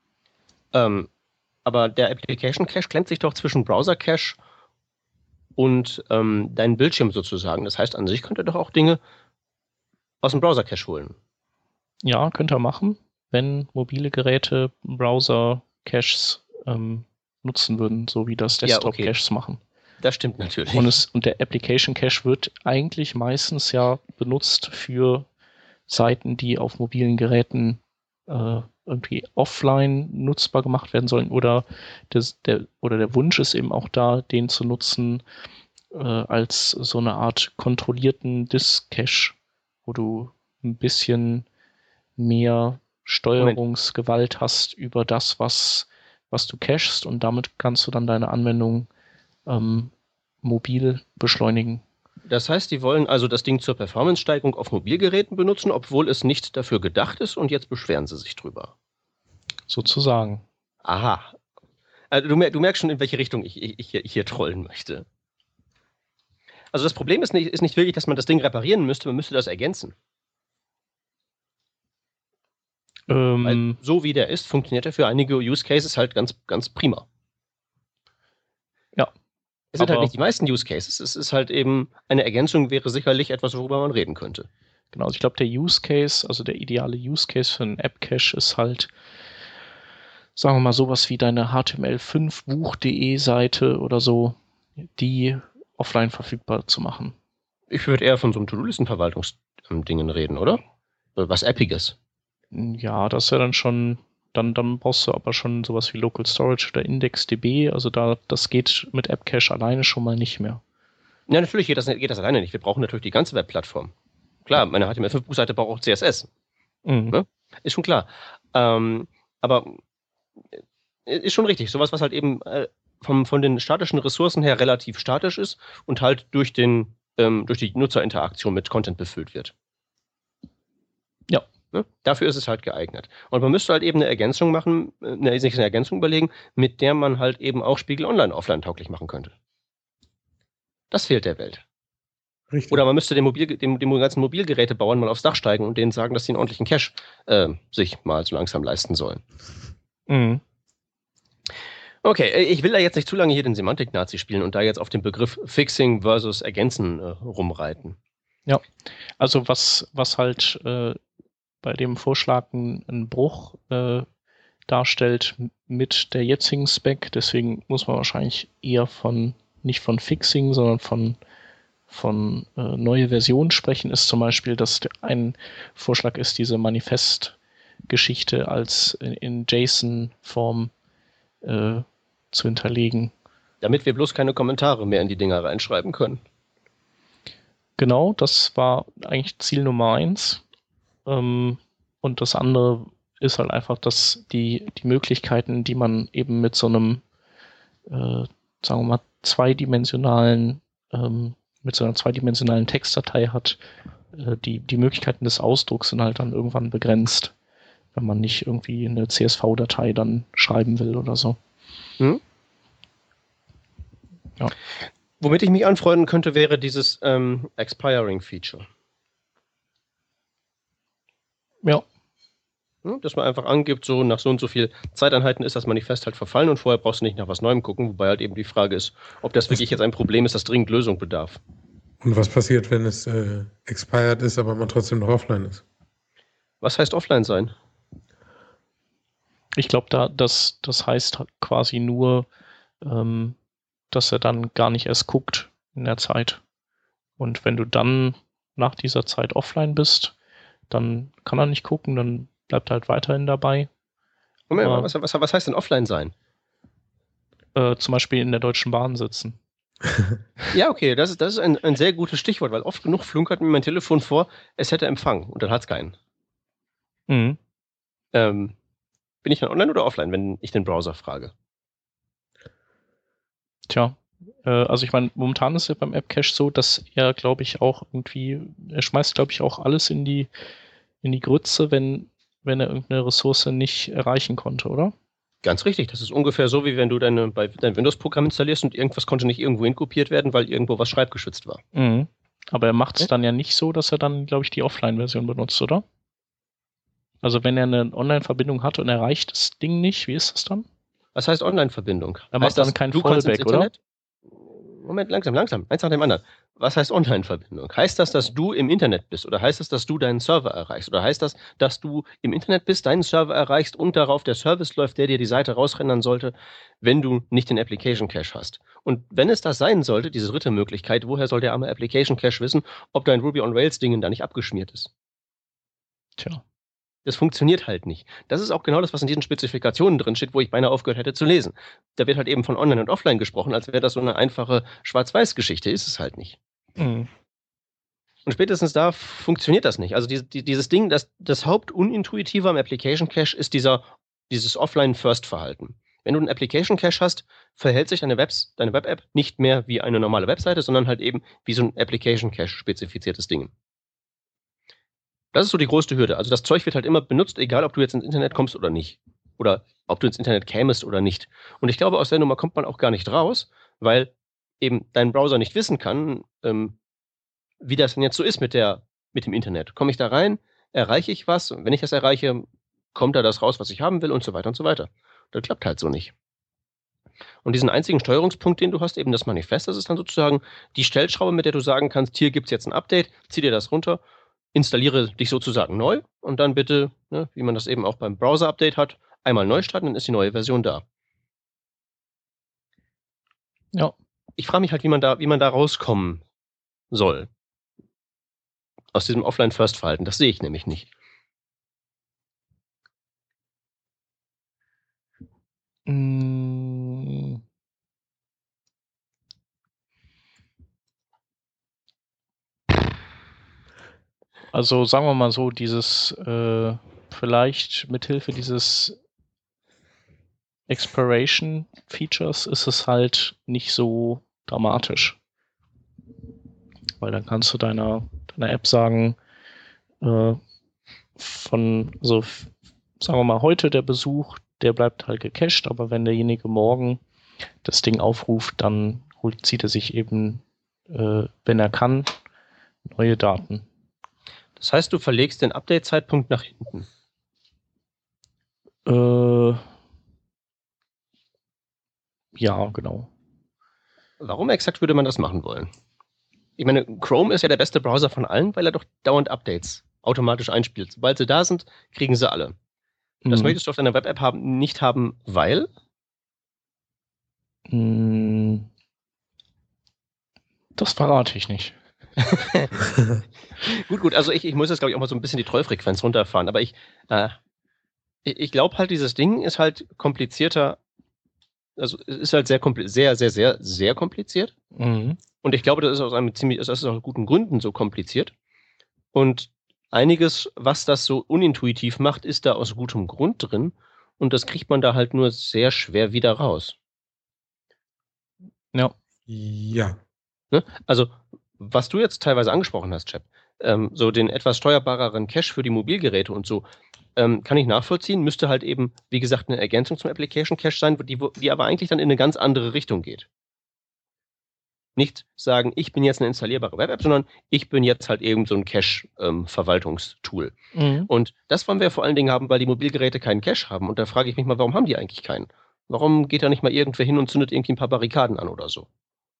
Speaker 1: Aber der Application Cache klemmt sich doch zwischen Browser Cache und deinen Bildschirm sozusagen. Das heißt, an sich könnt ihr doch auch Dinge aus dem Browser Cache holen.
Speaker 2: Ja, könnt ihr machen, wenn mobile Geräte Browser Caches nutzen würden, so wie das Desktop Caches machen. Das stimmt natürlich. Und der Application Cache wird eigentlich meistens ja benutzt für Seiten, die auf mobilen Geräten irgendwie offline nutzbar gemacht werden sollen oder der Wunsch ist eben auch da, den zu nutzen als so eine Art kontrollierten Disk-Cache, wo du ein bisschen mehr Steuerungsgewalt hast über das, was du cachest und damit kannst du dann deine Anwendung mobil beschleunigen.
Speaker 1: Das heißt, die wollen also das Ding zur Performance-Steigerung auf Mobilgeräten benutzen, obwohl es nicht dafür gedacht ist und jetzt beschweren sie sich drüber.
Speaker 2: Sozusagen.
Speaker 1: Aha. Also du merkst schon, in welche Richtung ich hier trollen möchte. Also das Problem ist nicht wirklich, dass man das Ding reparieren müsste, man müsste das ergänzen. Weil so wie der ist, funktioniert er für einige Use Cases halt ganz, ganz prima.
Speaker 2: Ja.
Speaker 1: Es sind halt nicht die meisten Use Cases. Es ist halt eben, eine Ergänzung wäre sicherlich etwas, worüber man reden könnte.
Speaker 2: Genau, also ich glaube, der Use Case, also der ideale Use Case für einen App-Cache ist halt, sagen wir mal, sowas wie deine HTML5-Buch.de Seite oder so, die offline verfügbar zu machen.
Speaker 1: Ich würde eher von so einem To-Do-Listen-Verwaltungsdingen reden, oder? Was Appiges.
Speaker 2: Ja, das ist ja dann schon, dann brauchst du aber schon sowas wie Local Storage oder IndexDB, also das geht mit AppCache alleine schon mal nicht mehr.
Speaker 1: Ja, natürlich geht das alleine nicht. Wir brauchen natürlich die ganze Webplattform. Klar, meine HTML5-Buchseite braucht auch CSS. Ne? Ist schon klar. Aber ist schon richtig. Sowas, was halt eben von den statischen Ressourcen her relativ statisch ist und halt durch die Nutzerinteraktion mit Content befüllt wird.
Speaker 2: Ja.
Speaker 1: Ne? Dafür ist es halt geeignet. Und man müsste halt eben eine Ergänzung machen, sich eine Ergänzung überlegen, mit der man halt eben auch Spiegel Online offline tauglich machen könnte. Das fehlt der Welt. Richtig. Oder man müsste den ganzen Mobilgerätebauern mal aufs Dach steigen und denen sagen, dass sie einen ordentlichen Cache sich mal so langsam leisten sollen.
Speaker 2: Mhm.
Speaker 1: Okay, ich will da jetzt nicht zu lange hier den Semantik-Nazi spielen und da jetzt auf den Begriff Fixing versus Ergänzen rumreiten.
Speaker 2: Ja, also was halt bei dem Vorschlag ein Bruch darstellt mit der jetzigen Spec, deswegen muss man wahrscheinlich eher nicht von Fixing, sondern von neue Version sprechen, ist zum Beispiel, dass ein Vorschlag ist, diese Manifest-Geschichte als in JSON-Form zu hinterlegen.
Speaker 1: Damit wir bloß keine Kommentare mehr in die Dinger reinschreiben können.
Speaker 2: Genau, das war eigentlich Ziel Nummer 1. Und das andere ist halt einfach, dass die Möglichkeiten, die man eben mit so einem, sagen wir mal, mit so einer zweidimensionalen Textdatei hat, die Möglichkeiten des Ausdrucks sind halt dann irgendwann begrenzt, wenn man nicht irgendwie eine CSV-Datei dann schreiben will oder so.
Speaker 1: Hm? Ja. Womit ich mich anfreunden könnte, wäre dieses Expiring-Feature.
Speaker 2: Ja.
Speaker 1: Dass man einfach angibt, so nach so und so viel Zeiteinheiten ist das Manifest halt verfallen und vorher brauchst du nicht nach was Neuem gucken, wobei halt eben die Frage ist, ob das wirklich jetzt ein Problem ist, das dringend Lösung bedarf.
Speaker 3: Und was passiert, wenn es expired ist, aber man trotzdem noch offline ist?
Speaker 1: Was heißt offline sein?
Speaker 2: Ich glaube, das heißt quasi nur, dass er dann gar nicht erst guckt in der Zeit. Und wenn du dann nach dieser Zeit offline bist, dann kann er nicht gucken, dann bleibt er halt weiterhin dabei.
Speaker 1: Moment, was heißt denn offline sein?
Speaker 2: Zum Beispiel in der Deutschen Bahn sitzen.
Speaker 1: Ja, okay, das ist ein sehr gutes Stichwort, weil oft genug flunkert mir mein Telefon vor, es hätte Empfang und dann hat es keinen.
Speaker 2: Mhm.
Speaker 1: Bin ich dann online oder offline, wenn ich den Browser frage?
Speaker 2: Tja, also ich meine, momentan ist es ja beim App-Cache so, dass er, glaube ich, auch irgendwie, er schmeißt, glaube ich, auch alles in die Grütze, wenn er irgendeine Ressource nicht erreichen konnte, oder?
Speaker 1: Ganz richtig, das ist ungefähr so, wie wenn du dein Windows-Programm installierst und irgendwas konnte nicht irgendwo hinkopiert werden, weil irgendwo was schreibgeschützt war.
Speaker 2: Mhm. Aber er macht es
Speaker 1: Ja?
Speaker 2: dann ja nicht so, dass er dann, glaube ich, die Offline-Version benutzt, oder? Also wenn er eine Online-Verbindung hat und erreicht das Ding nicht, wie ist das dann?
Speaker 1: Was heißt Online-Verbindung?
Speaker 2: Er
Speaker 1: Heißt
Speaker 2: macht dann
Speaker 1: das,
Speaker 2: kein
Speaker 1: du kannst ins
Speaker 2: Fallback, oder?
Speaker 1: Internet? Moment, langsam, eins nach dem anderen. Was heißt Online-Verbindung? Heißt das, dass du im Internet bist? Oder heißt das, dass du deinen Server erreichst? Oder heißt das, dass du im Internet bist, deinen Server erreichst und darauf der Service läuft, der dir die Seite rausrendern sollte, wenn du nicht den Application Cache hast? Und wenn es das sein sollte, diese dritte Möglichkeit, woher soll der arme Application Cache wissen, ob dein Ruby on Rails Ding da nicht abgeschmiert ist?
Speaker 2: Tja.
Speaker 1: Das funktioniert halt nicht. Das ist auch genau das, was in diesen Spezifikationen drin steht, wo ich beinahe aufgehört hätte zu lesen. Da wird halt eben von Online und Offline gesprochen, als wäre das so eine einfache Schwarz-Weiß-Geschichte. Ist es halt nicht.
Speaker 2: Mhm.
Speaker 1: Und spätestens da funktioniert das nicht. Also dieses Ding, das Hauptunintuitive am Application Cache ist dieses Offline-First-Verhalten. Wenn du einen Application Cache hast, verhält sich deine Web-App nicht mehr wie eine normale Webseite, sondern halt eben wie so ein Application Cache spezifiziertes Ding. Das ist so die größte Hürde. Also das Zeug wird halt immer benutzt, egal ob du jetzt ins Internet kommst oder nicht. Oder ob du ins Internet kämest oder nicht. Und ich glaube, aus der Nummer kommt man auch gar nicht raus, weil eben dein Browser nicht wissen kann, wie das denn jetzt so ist mit dem Internet. Komme ich da rein? Erreiche ich was? Und wenn ich das erreiche, kommt da das raus, was ich haben will und so weiter und so weiter. Das klappt halt so nicht. Und diesen einzigen Steuerungspunkt, den du hast, eben das Manifest, das ist dann sozusagen die Stellschraube, mit der du sagen kannst, hier gibt es jetzt ein Update, zieh dir das runter, installiere dich sozusagen neu und dann bitte, ne, wie man das eben auch beim Browser-Update hat, einmal neu starten, dann ist die neue Version da.
Speaker 2: Ja.
Speaker 1: Ich frage mich halt, wie man da rauskommen soll. Aus diesem Offline-First-Verhalten. Das sehe ich nämlich nicht.
Speaker 2: Also sagen wir mal so, dieses vielleicht mithilfe dieses Exploration Features ist es halt nicht so dramatisch. Weil dann kannst du deiner App sagen, sagen wir mal, heute der Besuch, der bleibt halt gecached, aber wenn derjenige morgen das Ding aufruft, dann zieht er sich eben, wenn er kann, neue Daten.
Speaker 1: Das heißt, du verlegst den Update-Zeitpunkt nach hinten.
Speaker 2: Ja, genau.
Speaker 1: Warum exakt würde man das machen wollen? Ich meine, Chrome ist ja der beste Browser von allen, weil er doch dauernd Updates automatisch einspielt. Sobald sie da sind, kriegen sie alle. Das möchtest du auf deiner Web-App nicht haben, weil?
Speaker 2: Das verrate ich nicht.
Speaker 1: Gut, also ich muss jetzt, glaube ich, auch mal so ein bisschen die Trollfrequenz runterfahren, aber ich glaube halt, dieses Ding ist halt komplizierter, also es ist halt sehr kompliziert.
Speaker 2: Mhm.
Speaker 1: Und ich glaube, das ist aus guten Gründen so kompliziert. Und einiges, was das so unintuitiv macht, ist da aus gutem Grund drin. Und das kriegt man da halt nur sehr schwer wieder raus.
Speaker 2: Ja.
Speaker 3: Ja.
Speaker 1: Ne? Also, was du jetzt teilweise angesprochen hast, Chap, so den etwas steuerbareren Cache für die Mobilgeräte und so, kann ich nachvollziehen, müsste halt eben, wie gesagt, eine Ergänzung zum Application Cache sein, die aber eigentlich dann in eine ganz andere Richtung geht. Nicht sagen, ich bin jetzt eine installierbare Web-App, sondern ich bin jetzt halt eben so ein Cache-Verwaltungstool.
Speaker 2: Mhm.
Speaker 1: Und das wollen wir vor allen Dingen haben, weil die Mobilgeräte keinen Cache haben. Und da frage ich mich mal, warum haben die eigentlich keinen? Warum geht da nicht mal irgendwer hin und zündet irgendwie ein paar Barrikaden an oder so?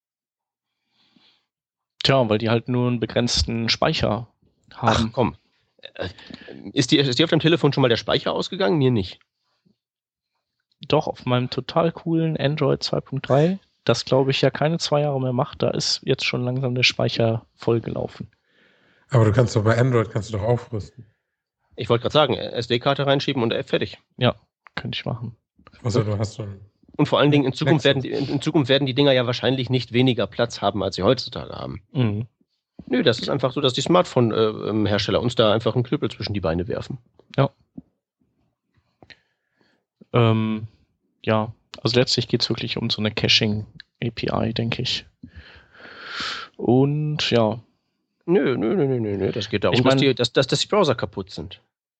Speaker 2: Tja, weil die halt nur einen begrenzten Speicher haben.
Speaker 1: Ach komm. Ist dir auf deinem Telefon schon mal der Speicher ausgegangen? Mir nicht.
Speaker 2: Doch, auf meinem total coolen Android 2.3, das glaube ich ja keine 2 Jahre mehr macht, da ist jetzt schon langsam der Speicher vollgelaufen.
Speaker 3: Aber du kannst doch bei Android aufrüsten.
Speaker 1: Ich wollte gerade sagen, SD-Karte reinschieben und fertig.
Speaker 2: Ja, könnte ich machen.
Speaker 3: Also du hast schon.
Speaker 1: Und vor allen Dingen in Zukunft werden die Dinger ja wahrscheinlich nicht weniger Platz haben, als sie heutzutage haben.
Speaker 2: Mhm.
Speaker 1: Nö, das ist einfach so, dass die Smartphone-Hersteller uns da einfach einen Knüppel zwischen die Beine werfen.
Speaker 2: Ja. Ja, also letztlich geht es wirklich um so eine Caching API, denke ich. Und ja.
Speaker 1: Nö. Das geht darum, dass die Browser kaputt sind.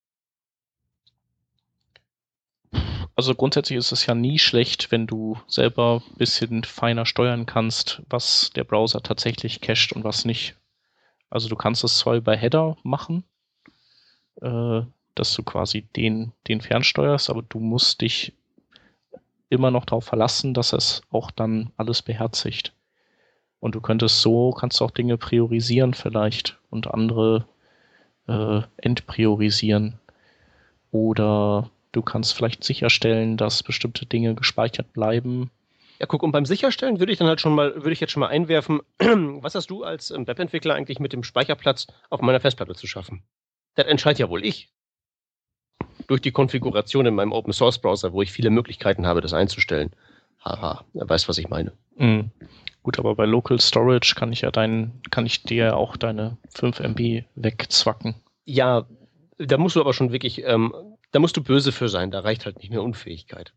Speaker 2: Also grundsätzlich ist es ja nie schlecht, wenn du selber ein bisschen feiner steuern kannst, was der Browser tatsächlich cached und was nicht. Also du kannst es zwar über Header machen, dass du quasi den fernsteuerst, aber du musst dich immer noch darauf verlassen, dass es auch dann alles beherzigt. Und du kannst auch Dinge priorisieren vielleicht und andere entpriorisieren. Oder du kannst vielleicht sicherstellen, dass bestimmte Dinge gespeichert bleiben.
Speaker 1: Ja, guck, und beim Sicherstellen würde ich jetzt schon mal einwerfen, was hast du als Webentwickler eigentlich mit dem Speicherplatz auf meiner Festplatte zu schaffen? Das entscheidet ja wohl ich. Durch die Konfiguration in meinem Open-Source-Browser, wo ich viele Möglichkeiten habe, das einzustellen. Haha, er weiß, was ich meine.
Speaker 2: Mhm. Gut, aber bei Local Storage kann ich dir auch deine 5 MB wegzwacken.
Speaker 1: Ja, da musst du aber schon wirklich, da musst du böse für sein, da reicht halt nicht mehr Unfähigkeit.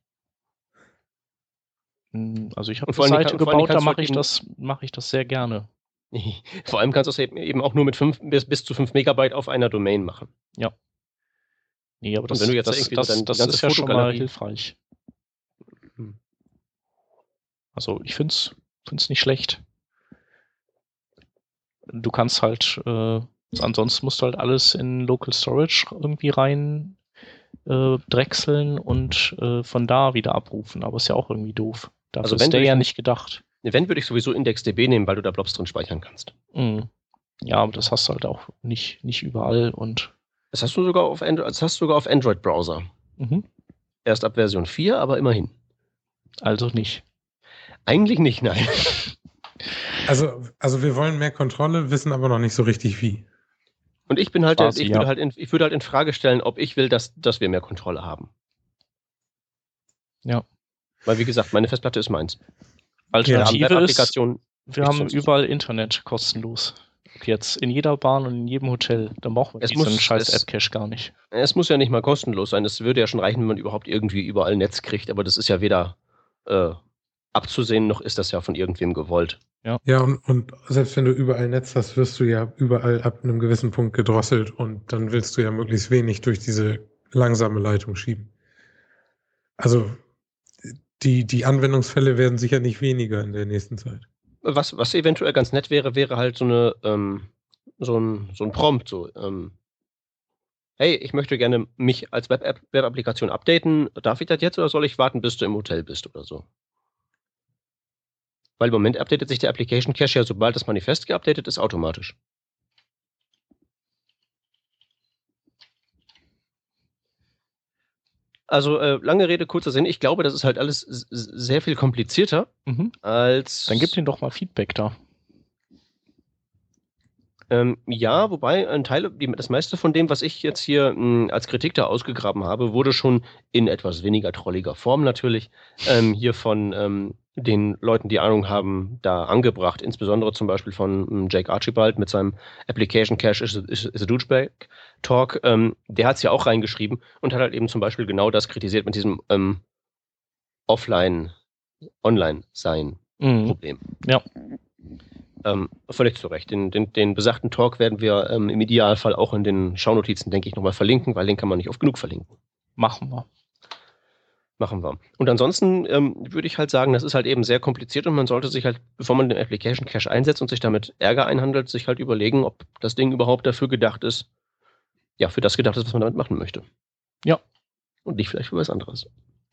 Speaker 2: Also ich habe eine Seite gebaut, da mache ich das sehr gerne.
Speaker 1: Vor allem kannst du es eben auch nur mit bis zu 5 Megabyte auf einer Domain machen.
Speaker 2: Ja. Nee, aber das
Speaker 1: ist
Speaker 2: ja schon mal hilfreich. Also ich finde es nicht schlecht. Du kannst halt, ansonsten musst du halt alles in Local Storage irgendwie rein drechseln und von da wieder abrufen. Aber ist ja auch irgendwie doof. Dafür ist der ja nicht gedacht.
Speaker 1: Wenn, würde ich sowieso IndexDB nehmen, weil du da Blobs drin speichern kannst.
Speaker 2: Ja, aber das hast du halt auch nicht überall und
Speaker 1: das hast du sogar auf Android-Browser. Erst ab Version 4, aber immerhin.
Speaker 2: Also nicht.
Speaker 1: Eigentlich nicht, nein.
Speaker 3: Also wir wollen mehr Kontrolle, wissen aber noch nicht so richtig wie.
Speaker 1: Und ich würde halt in Frage stellen, ob ich will, dass wir mehr Kontrolle haben.
Speaker 2: Ja.
Speaker 1: Weil, wie gesagt, meine Festplatte ist meins.
Speaker 2: Alternative ist, wir haben überall Internet kostenlos. Jetzt in jeder Bahn und in jedem Hotel. Dann brauchen wir diesen scheiß AppCache gar nicht.
Speaker 1: Es muss ja nicht mal kostenlos sein. Es würde ja schon reichen, wenn man überhaupt irgendwie überall Netz kriegt. Aber das ist ja weder abzusehen, noch ist das ja von irgendwem gewollt.
Speaker 3: Ja, und selbst wenn du überall Netz hast, wirst du ja überall ab einem gewissen Punkt gedrosselt und dann willst du ja möglichst wenig durch diese langsame Leitung schieben. Also die Anwendungsfälle werden sicher nicht weniger in der nächsten Zeit.
Speaker 1: Was eventuell ganz nett wäre halt so ein Prompt, hey, ich möchte gerne mich als Web-Applikation updaten. Darf ich das jetzt oder soll ich warten, bis du im Hotel bist oder so? Weil im Moment updatet sich der Application Cache ja, sobald das Manifest geupdatet ist, automatisch. Also lange Rede, kurzer Sinn. Ich glaube, das ist halt alles sehr viel komplizierter als...
Speaker 2: Dann gib denen doch mal Feedback da.
Speaker 1: Ja, wobei das meiste von dem, was ich jetzt hier als Kritik da ausgegraben habe, wurde schon in etwas weniger trolliger Form natürlich hier von den Leuten, die Ahnung haben, da angebracht. Insbesondere zum Beispiel von Jake Archibald mit seinem Application Cache is a Douchebag Talk. Der hat es ja auch reingeschrieben und hat halt eben zum Beispiel genau das kritisiert mit diesem Online-Sein-Problem.
Speaker 2: Ja.
Speaker 1: Völlig zu Recht. Den besagten Talk werden wir im Idealfall auch in den Shownotizen, denke ich, nochmal verlinken, weil den kann man nicht oft genug verlinken.
Speaker 2: Machen wir.
Speaker 1: Und ansonsten würde ich halt sagen, das ist halt eben sehr kompliziert und man sollte sich halt, bevor man den Application Cache einsetzt und sich damit Ärger einhandelt, sich halt überlegen, ob das Ding überhaupt dafür gedacht ist, ja, für das gedacht ist, was man damit machen möchte.
Speaker 2: Ja.
Speaker 1: Und nicht vielleicht für was anderes.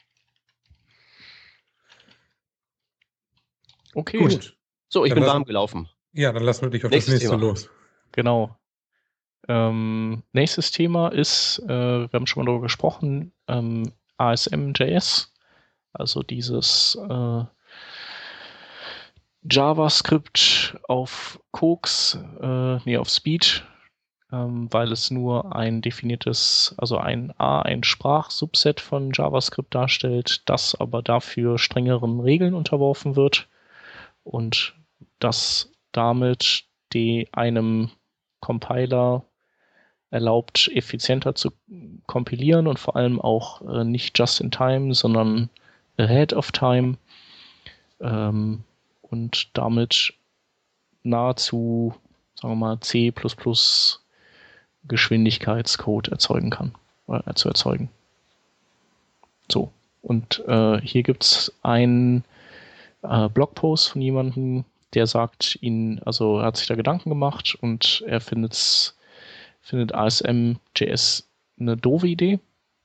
Speaker 2: Okay.
Speaker 3: Gut.
Speaker 1: So, ich bin warm gelaufen.
Speaker 3: Ja, dann lassen wir dich auf das nächste
Speaker 1: Thema
Speaker 3: los.
Speaker 2: Genau. Nächstes Thema ist, wir haben schon mal darüber gesprochen, ASM.js, also dieses JavaScript auf Koks, auf Speed, weil es nur ein definiertes, also ein Sprachsubset von JavaScript darstellt, das aber dafür strengeren Regeln unterworfen wird und das damit einem Compiler erlaubt, effizienter zu kompilieren und vor allem auch nicht just in time, sondern ahead of time. und damit nahezu, sagen wir mal, C++ Geschwindigkeitscode erzeugen kann, zu erzeugen. So, und hier gibt es einen Blogpost von jemandem, der sagt, er hat sich da Gedanken gemacht und er findet ASM.js eine doofe Idee.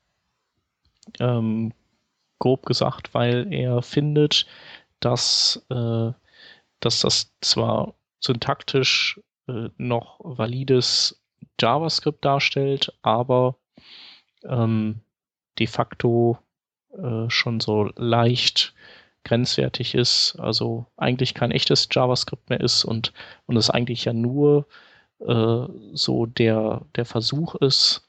Speaker 2: Grob gesagt, weil er findet, dass das zwar syntaktisch noch valides JavaScript darstellt, aber de facto schon so leicht grenzwertig ist, also eigentlich kein echtes JavaScript mehr ist und es eigentlich ja nur so der Versuch ist,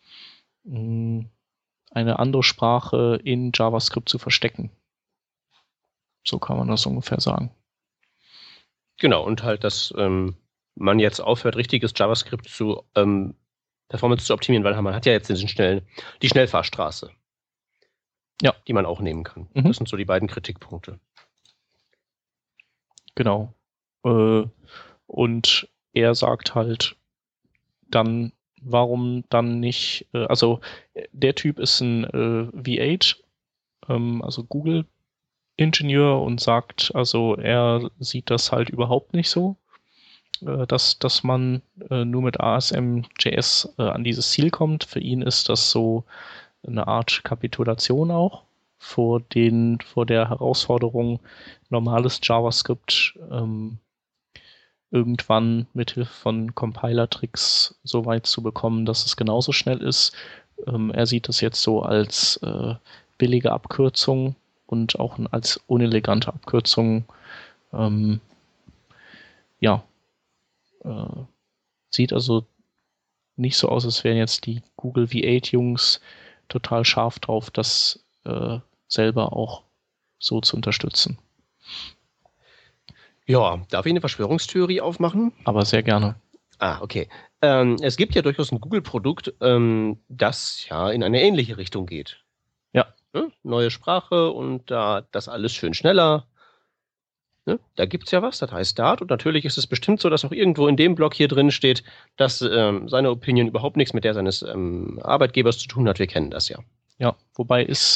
Speaker 2: eine andere Sprache in JavaScript zu verstecken. So kann man das ungefähr sagen.
Speaker 1: Genau, und halt, dass man jetzt aufhört, richtiges JavaScript zu Performance zu optimieren, weil man hat ja jetzt die Schnellfahrstraße,
Speaker 2: ja,
Speaker 1: die man auch nehmen kann. Das sind so die beiden Kritikpunkte.
Speaker 2: Genau. Und er sagt halt dann, warum dann nicht, also der Typ ist ein V8, also Google-Ingenieur und sagt, also er sieht das halt überhaupt nicht so, dass man nur mit ASM.js an dieses Ziel kommt. Für ihn ist das so eine Art Kapitulation auch vor der Herausforderung, normales JavaScript irgendwann mithilfe von Compiler-Tricks so weit zu bekommen, dass es genauso schnell ist. Er sieht das jetzt so als billige Abkürzung und auch als unelegante Abkürzung. Sieht also nicht so aus, als wären jetzt die Google V8-Jungs total scharf drauf, das selber auch so zu unterstützen.
Speaker 1: Ja, darf ich eine Verschwörungstheorie aufmachen?
Speaker 2: Aber sehr gerne.
Speaker 1: Okay. Es gibt ja durchaus ein Google-Produkt, das ja in eine ähnliche Richtung geht.
Speaker 2: Ja.
Speaker 1: Neue Sprache und da das alles schön schneller. Da gibt es ja was, das heißt Dart. Und natürlich ist es bestimmt so, dass auch irgendwo in dem Blog hier drin steht, dass seine Opinion überhaupt nichts mit der seines Arbeitgebers zu tun hat. Wir kennen das ja.
Speaker 2: Ja, wobei ist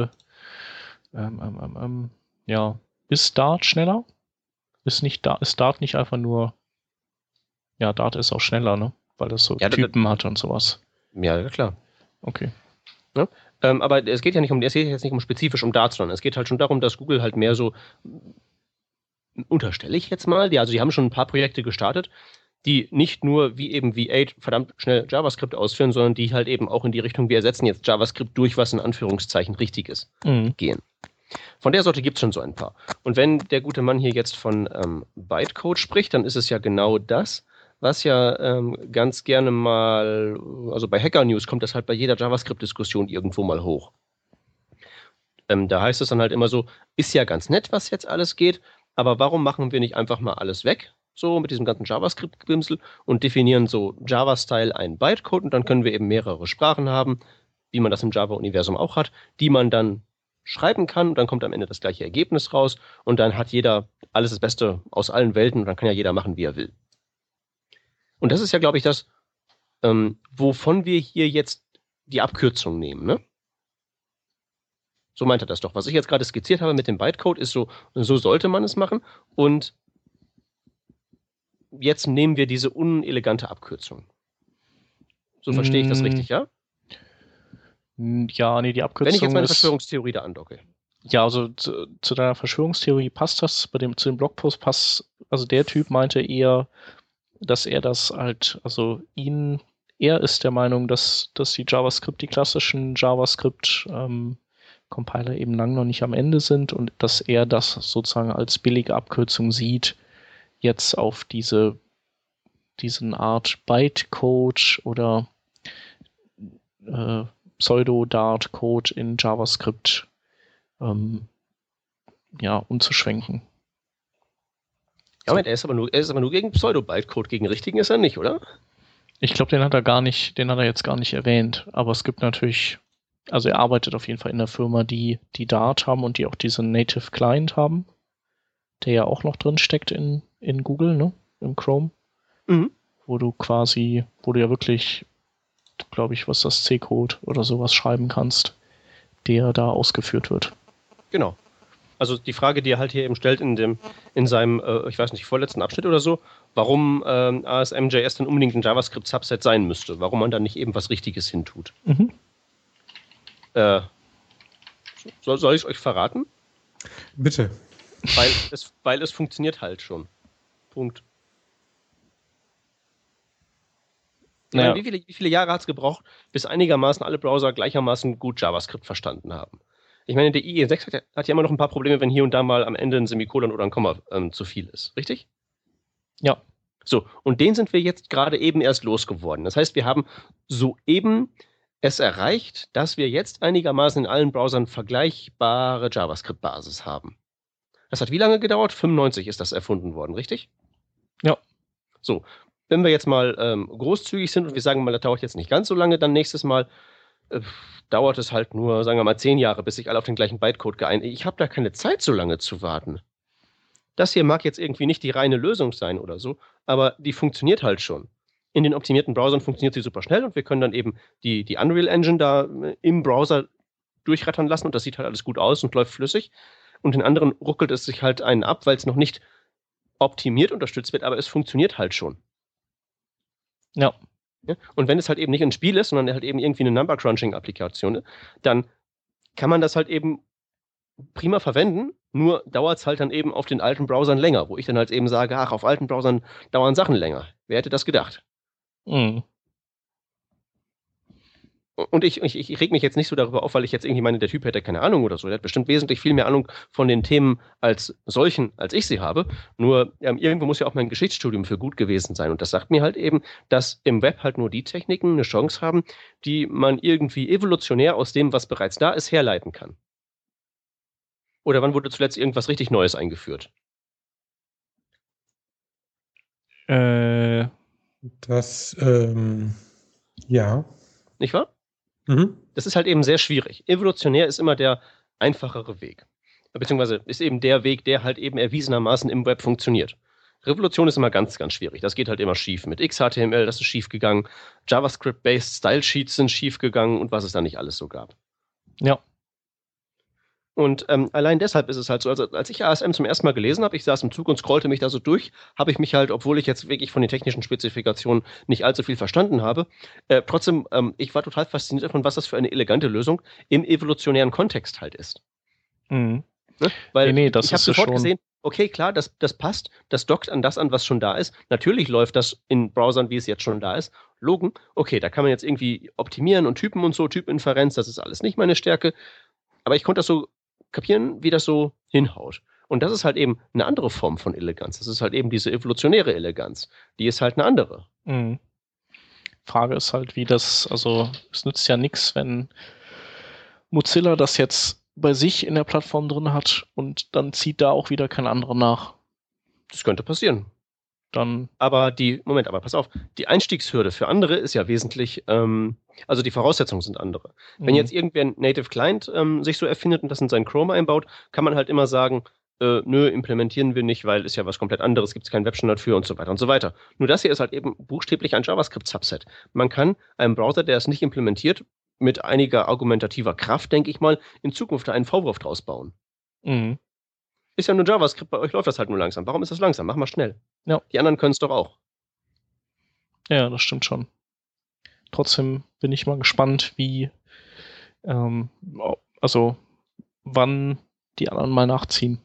Speaker 2: Dart schneller? Ist Dart nicht einfach nur... Ja, Dart ist auch schneller, ne? Weil das so Typen hat und sowas.
Speaker 1: Ja, klar.
Speaker 2: Okay.
Speaker 1: Ja? Aber es geht ja jetzt nicht spezifisch um Dart, sondern es geht halt schon darum, dass Google halt mehr so, unterstelle ich jetzt mal, die haben schon ein paar Projekte gestartet, die nicht nur wie eben V8 verdammt schnell JavaScript ausführen, sondern die halt eben auch in die Richtung, wir ersetzen jetzt JavaScript durch was in Anführungszeichen richtig ist, gehen. Von der Sorte gibt es schon so ein paar. Und wenn der gute Mann hier jetzt von Bytecode spricht, dann ist es ja genau das, was ja ganz gerne mal, also bei Hacker News kommt das halt bei jeder JavaScript-Diskussion irgendwo mal hoch. Da heißt es dann halt immer so, ist ja ganz nett, was jetzt alles geht, aber warum machen wir nicht einfach mal alles weg, so mit diesem ganzen JavaScript-Gebimsel und definieren so Java-Style einen Bytecode und dann können wir eben mehrere Sprachen haben, wie man das im Java-Universum auch hat, die man dann schreiben kann und dann kommt am Ende das gleiche Ergebnis raus und dann hat jeder alles das Beste aus allen Welten und dann kann ja jeder machen, wie er will. Und das ist ja, glaube ich, das, wovon wir hier jetzt die Abkürzung nehmen, ne? So meint er das doch. Was ich jetzt gerade skizziert habe mit dem Bytecode ist so sollte man es machen und jetzt nehmen wir diese unelegante Abkürzung. So verstehe ich das richtig, ja?
Speaker 2: Ja, nee, die Abkürzung.
Speaker 1: Wenn ich jetzt meine Verschwörungstheorie da andocke.
Speaker 2: Ja, also zu deiner Verschwörungstheorie passt das, zu dem Blogpost passt, also der Typ meinte eher, dass er das halt, also er ist der Meinung, dass die klassischen JavaScript Compiler eben lang noch nicht am Ende sind und dass er das sozusagen als billige Abkürzung sieht, jetzt auf diesen Art Bytecode oder Pseudo-Dart-Code in JavaScript umzuschwenken.
Speaker 1: Ja, Moment, er ist aber nur gegen Pseudo-Bytecode, gegen richtigen ist er nicht, oder?
Speaker 2: Ich glaube, den hat er jetzt gar nicht erwähnt, aber es gibt natürlich, also er arbeitet auf jeden Fall in der Firma, die Dart haben und die auch diesen Native Client haben. der ja auch noch drin steckt in Google, ne? Im Chrome.
Speaker 1: Mhm.
Speaker 2: Wo du ja wirklich, glaube ich, was das C-Code oder sowas schreiben kannst, der da ausgeführt wird.
Speaker 1: Genau. Also die Frage, die er halt hier eben stellt in seinem, ich weiß nicht, vorletzten Abschnitt oder so, warum ASM.js dann unbedingt ein JavaScript-Subset sein müsste, warum man da nicht eben was Richtiges hintut.
Speaker 2: Mhm.
Speaker 1: Soll ich es euch verraten?
Speaker 3: Bitte.
Speaker 1: Weil es funktioniert halt schon. Punkt.
Speaker 2: Naja.
Speaker 1: Ich meine, wie viele Jahre hat es gebraucht, bis einigermaßen alle Browser gleichermaßen gut JavaScript verstanden haben? Ich meine, der IE6 hat ja immer noch ein paar Probleme, wenn hier und da mal am Ende ein Semikolon oder ein Komma zu viel ist. Richtig?
Speaker 2: Ja.
Speaker 1: So, und den sind wir jetzt gerade eben erst losgeworden. Das heißt, wir haben soeben es erreicht, dass wir jetzt einigermaßen in allen Browsern vergleichbare JavaScript-Basis haben. Das hat wie lange gedauert? 95 ist das erfunden worden, richtig?
Speaker 2: Ja.
Speaker 1: So, wenn wir jetzt mal großzügig sind und wir sagen mal, das dauert jetzt nicht ganz so lange, dann nächstes Mal dauert es halt nur, sagen wir mal, 10 Jahre, bis sich alle auf den gleichen Bytecode geeinigt. Ich habe da keine Zeit, so lange zu warten. Das hier mag jetzt irgendwie nicht die reine Lösung sein oder so, aber die funktioniert halt schon. In den optimierten Browsern funktioniert sie super schnell und wir können dann eben die Unreal Engine da im Browser durchrattern lassen und das sieht halt alles gut aus und läuft flüssig. Und in anderen ruckelt es sich halt einen ab, weil es noch nicht optimiert unterstützt wird, aber es funktioniert halt schon.
Speaker 2: Ja.
Speaker 1: Und wenn es halt eben nicht ein Spiel ist, sondern halt eben irgendwie eine Number-Crunching-Applikation, dann kann man das halt eben prima verwenden, nur dauert es halt dann eben auf den alten Browsern länger, wo ich dann halt eben sage, ach, auf alten Browsern dauern Sachen länger. Wer hätte das gedacht?
Speaker 2: Mhm.
Speaker 1: Und ich reg mich jetzt nicht so darüber auf, weil ich jetzt irgendwie meine, der Typ hätte keine Ahnung oder so. Der hat bestimmt wesentlich viel mehr Ahnung von den Themen als solchen, als ich sie habe. Nur irgendwo muss ja auch mein Geschichtsstudium für gut gewesen sein. Und das sagt mir halt eben, dass im Web halt nur die Techniken eine Chance haben, die man irgendwie evolutionär aus dem, was bereits da ist, herleiten kann. Oder wann wurde zuletzt irgendwas richtig Neues eingeführt?
Speaker 3: Das, ja.
Speaker 1: Nicht wahr?
Speaker 3: Mhm.
Speaker 1: Das ist halt eben sehr schwierig. Evolutionär ist immer der einfachere Weg. Beziehungsweise ist eben der Weg, der halt eben erwiesenermaßen im Web funktioniert. Revolution ist immer ganz, ganz schwierig. Das geht halt immer schief. Mit XHTML, das ist schief gegangen. JavaScript-based Style Sheets sind schief gegangen und was es da nicht alles so gab.
Speaker 2: Ja.
Speaker 1: Und allein deshalb ist es halt so, also als ich ASM zum ersten Mal gelesen habe, ich saß im Zug und scrollte mich da so durch, habe ich mich halt, obwohl ich jetzt wirklich von den technischen Spezifikationen nicht allzu viel verstanden habe, trotzdem, ich war total fasziniert davon, was das für eine elegante Lösung im evolutionären Kontext halt ist.
Speaker 2: Mhm.
Speaker 1: Ne? Weil
Speaker 2: das
Speaker 1: ich habe
Speaker 2: ist
Speaker 1: sofort
Speaker 2: schon
Speaker 1: gesehen, okay, klar, das passt, das dockt an das an, was schon da ist. Natürlich läuft das in Browsern, wie es jetzt schon da ist. Logen, okay, da kann man jetzt irgendwie optimieren und Typen und so, Typinferenz, das ist alles nicht meine Stärke. Aber ich konnte das so kapieren, wie das so hinhaut. Und das ist halt eben eine andere Form von Eleganz. Das ist halt eben diese evolutionäre Eleganz. Die ist halt eine andere.
Speaker 2: Mhm. Frage ist halt, wie das, also es nützt ja nichts, wenn Mozilla das jetzt bei sich in der Plattform drin hat und dann zieht da auch wieder kein anderer nach.
Speaker 1: Das könnte passieren. Aber pass auf, die Einstiegshürde für andere ist ja wesentlich, also die Voraussetzungen sind andere. Wenn jetzt irgendwer ein Native Client sich so erfindet und das in seinen Chrome einbaut, kann man halt immer sagen, nö, implementieren wir nicht, weil ist ja was komplett anderes, gibt es keinen Webstandard für und so weiter und so weiter. Nur das hier ist halt eben buchstäblich ein JavaScript-Subset. Man kann einem Browser, der es nicht implementiert, mit einiger argumentativer Kraft, denke ich mal, in Zukunft einen Vorwurf draus bauen.
Speaker 2: Mhm.
Speaker 1: Ist ja nur JavaScript, bei euch läuft das halt nur langsam. Warum ist das langsam? Mach mal schnell.
Speaker 2: Ja.
Speaker 1: Die anderen können es doch auch.
Speaker 2: Ja, das stimmt schon. Trotzdem bin ich mal gespannt, wie, also wann die anderen mal nachziehen.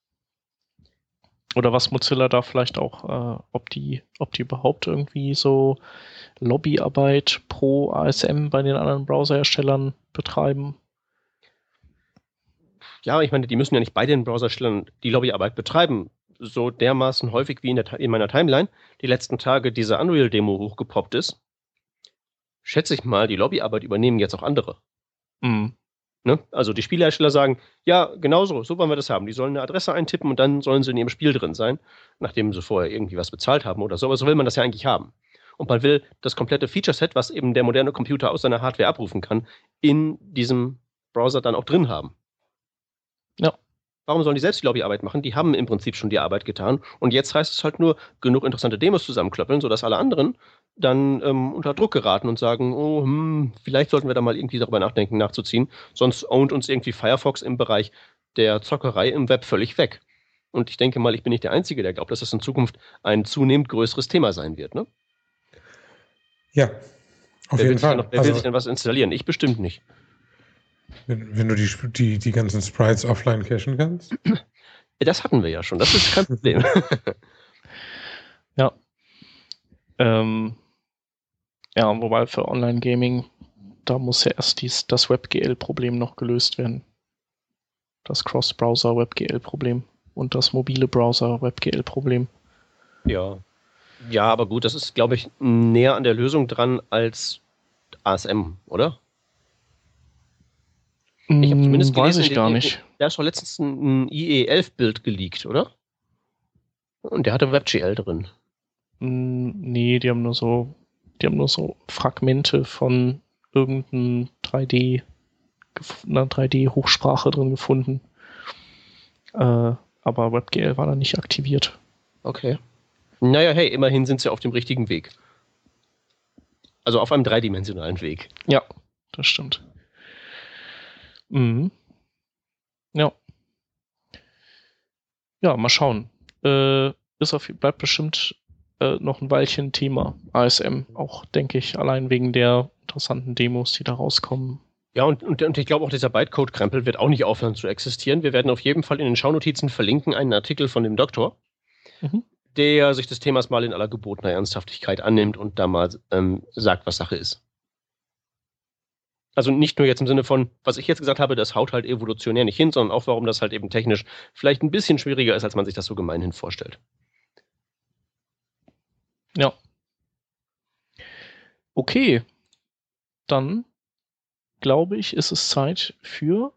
Speaker 2: Oder was Mozilla da vielleicht auch, ob die überhaupt irgendwie so Lobbyarbeit pro ASM bei den anderen Browserherstellern betreiben.
Speaker 1: Ja, ich meine, die müssen ja nicht bei den Browserherstellern die Lobbyarbeit betreiben. So dermaßen häufig wie in meiner Timeline die letzten Tage diese Unreal-Demo hochgepoppt ist, schätze ich mal, die Lobbyarbeit übernehmen jetzt auch andere.
Speaker 2: Mhm.
Speaker 1: Ne? Also die Spielehersteller sagen, ja, genauso, so wollen wir das haben. Die sollen eine Adresse eintippen und dann sollen sie in ihrem Spiel drin sein, nachdem sie vorher irgendwie was bezahlt haben oder so. Aber so will man das ja eigentlich haben. Und man will das komplette Feature-Set, was eben der moderne Computer aus seiner Hardware abrufen kann, in diesem Browser dann auch drin haben.
Speaker 2: Ja.
Speaker 1: Warum sollen die selbst die Lobbyarbeit machen? Die haben im Prinzip schon die Arbeit getan. Und jetzt heißt es halt nur, genug interessante Demos zusammenklöppeln, sodass alle anderen dann unter Druck geraten und sagen, oh, vielleicht sollten wir da mal irgendwie darüber nachdenken, nachzuziehen. Sonst ownt uns irgendwie Firefox im Bereich der Zockerei im Web völlig weg. Und ich denke mal, ich bin nicht der Einzige, der glaubt, dass das in Zukunft ein zunehmend größeres Thema sein wird, ne?
Speaker 3: Ja, auf jeden Fall.
Speaker 1: Wer will sich denn was installieren? Ich bestimmt nicht.
Speaker 3: Wenn du die ganzen Sprites offline cachen kannst?
Speaker 1: Das hatten wir ja schon, das ist kein Problem.
Speaker 2: Ja. Ja, wobei für Online-Gaming, da muss ja erst das WebGL-Problem noch gelöst werden. Das Cross-Browser-WebGL-Problem und das mobile Browser-WebGL-Problem.
Speaker 1: Ja. Ja, aber gut, das ist, glaube ich, näher an der Lösung dran als ASM, oder? Ich habe zumindest gelesen,
Speaker 2: weiß ich gar nicht.
Speaker 1: Da ist doch letztens ein IE11-Bild geleakt, oder? Und der hatte WebGL drin.
Speaker 2: Nee, die haben nur so Fragmente von irgendeiner 3D-Hochsprache drin gefunden. Aber WebGL war da nicht aktiviert.
Speaker 1: Okay. Naja, hey, immerhin sind sie auf dem richtigen Weg. Also auf einem dreidimensionalen Weg.
Speaker 2: Ja, das stimmt. Ja. Ja, mal schauen. Bleibt bestimmt noch ein Weilchen Thema. ASM auch, denke ich, allein wegen der interessanten Demos, die da rauskommen.
Speaker 1: Ja, und ich glaube auch, dieser Bytecode-Krempel wird auch nicht aufhören zu existieren. Wir werden auf jeden Fall in den Shownotizen verlinken einen Artikel von dem Doktor, der sich des Themas mal in aller gebotener Ernsthaftigkeit annimmt und da mal sagt, was Sache ist. Also nicht nur jetzt im Sinne von, was ich jetzt gesagt habe, das haut halt evolutionär nicht hin, sondern auch, warum das halt eben technisch vielleicht ein bisschen schwieriger ist, als man sich das so gemeinhin vorstellt.
Speaker 2: Ja. Okay. Dann, glaube ich, ist es Zeit für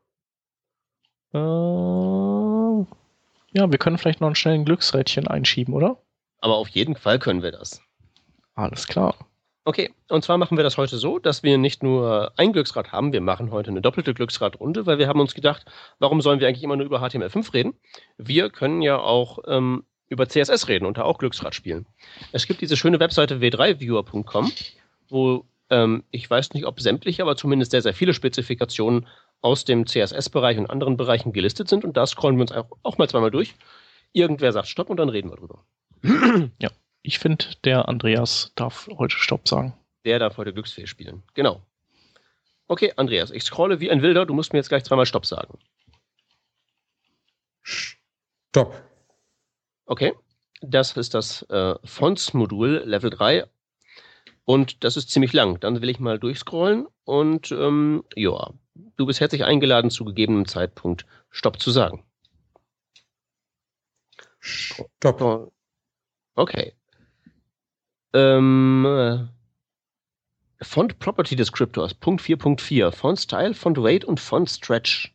Speaker 2: ja, wir können vielleicht noch einen schnellen Glücksrädchen einschieben, oder?
Speaker 1: Aber auf jeden Fall können wir das.
Speaker 2: Alles klar.
Speaker 1: Okay, und zwar machen wir das heute so, dass wir nicht nur ein Glücksrad haben, wir machen heute eine doppelte Glücksradrunde, weil wir haben uns gedacht, warum sollen wir eigentlich immer nur über HTML5 reden? Wir können ja auch über CSS reden und da auch Glücksrad spielen. Es gibt diese schöne Webseite w3viewer.com, wo ich weiß nicht, ob sämtliche, aber zumindest sehr, sehr viele Spezifikationen aus dem CSS-Bereich und anderen Bereichen gelistet sind und da scrollen wir uns auch mal zweimal durch. Irgendwer sagt Stopp und dann reden wir drüber.
Speaker 2: Ja. Ich finde, der Andreas darf heute Stopp sagen.
Speaker 1: Der darf heute Glücksfee spielen. Genau. Okay, Andreas, ich scrolle wie ein Wilder. Du musst mir jetzt gleich zweimal Stopp sagen.
Speaker 3: Stopp.
Speaker 1: Okay. Das ist das Fonts-Modul Level 3. Und das ist ziemlich lang. Dann will ich mal durchscrollen. Und ja, du bist herzlich eingeladen, zu gegebenem Zeitpunkt Stopp zu sagen.
Speaker 3: Stopp.
Speaker 1: Okay. Font Property Descriptors, Punkt 4.4. Font Style, Font Weight und Font Stretch.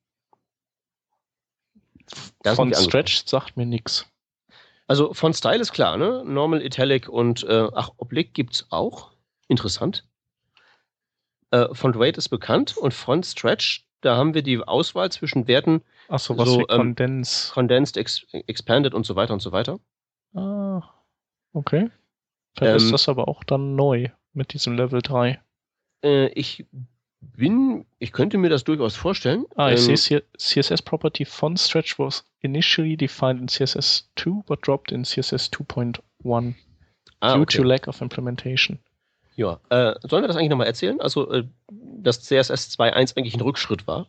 Speaker 2: Font Stretch sagt mir nichts.
Speaker 1: Also Font Style ist klar, ne? Normal, Italic und Oblique gibt's auch. Interessant. Font Weight ist bekannt und Font Stretch, da haben wir die Auswahl zwischen Werten.
Speaker 2: Achso, was wie
Speaker 1: Condensed, Expanded und so weiter und so weiter.
Speaker 2: Ah, okay. Vielleicht ist das aber auch dann neu mit diesem Level 3.
Speaker 1: Ich könnte mir das durchaus vorstellen.
Speaker 2: Ich sehe es hier. CSS Property Font Stretch was initially defined in CSS 2, but dropped in CSS 2.1 due to lack of implementation.
Speaker 1: Ja, sollen wir das eigentlich nochmal erzählen? Also, dass CSS 2.1 eigentlich ein Rückschritt war?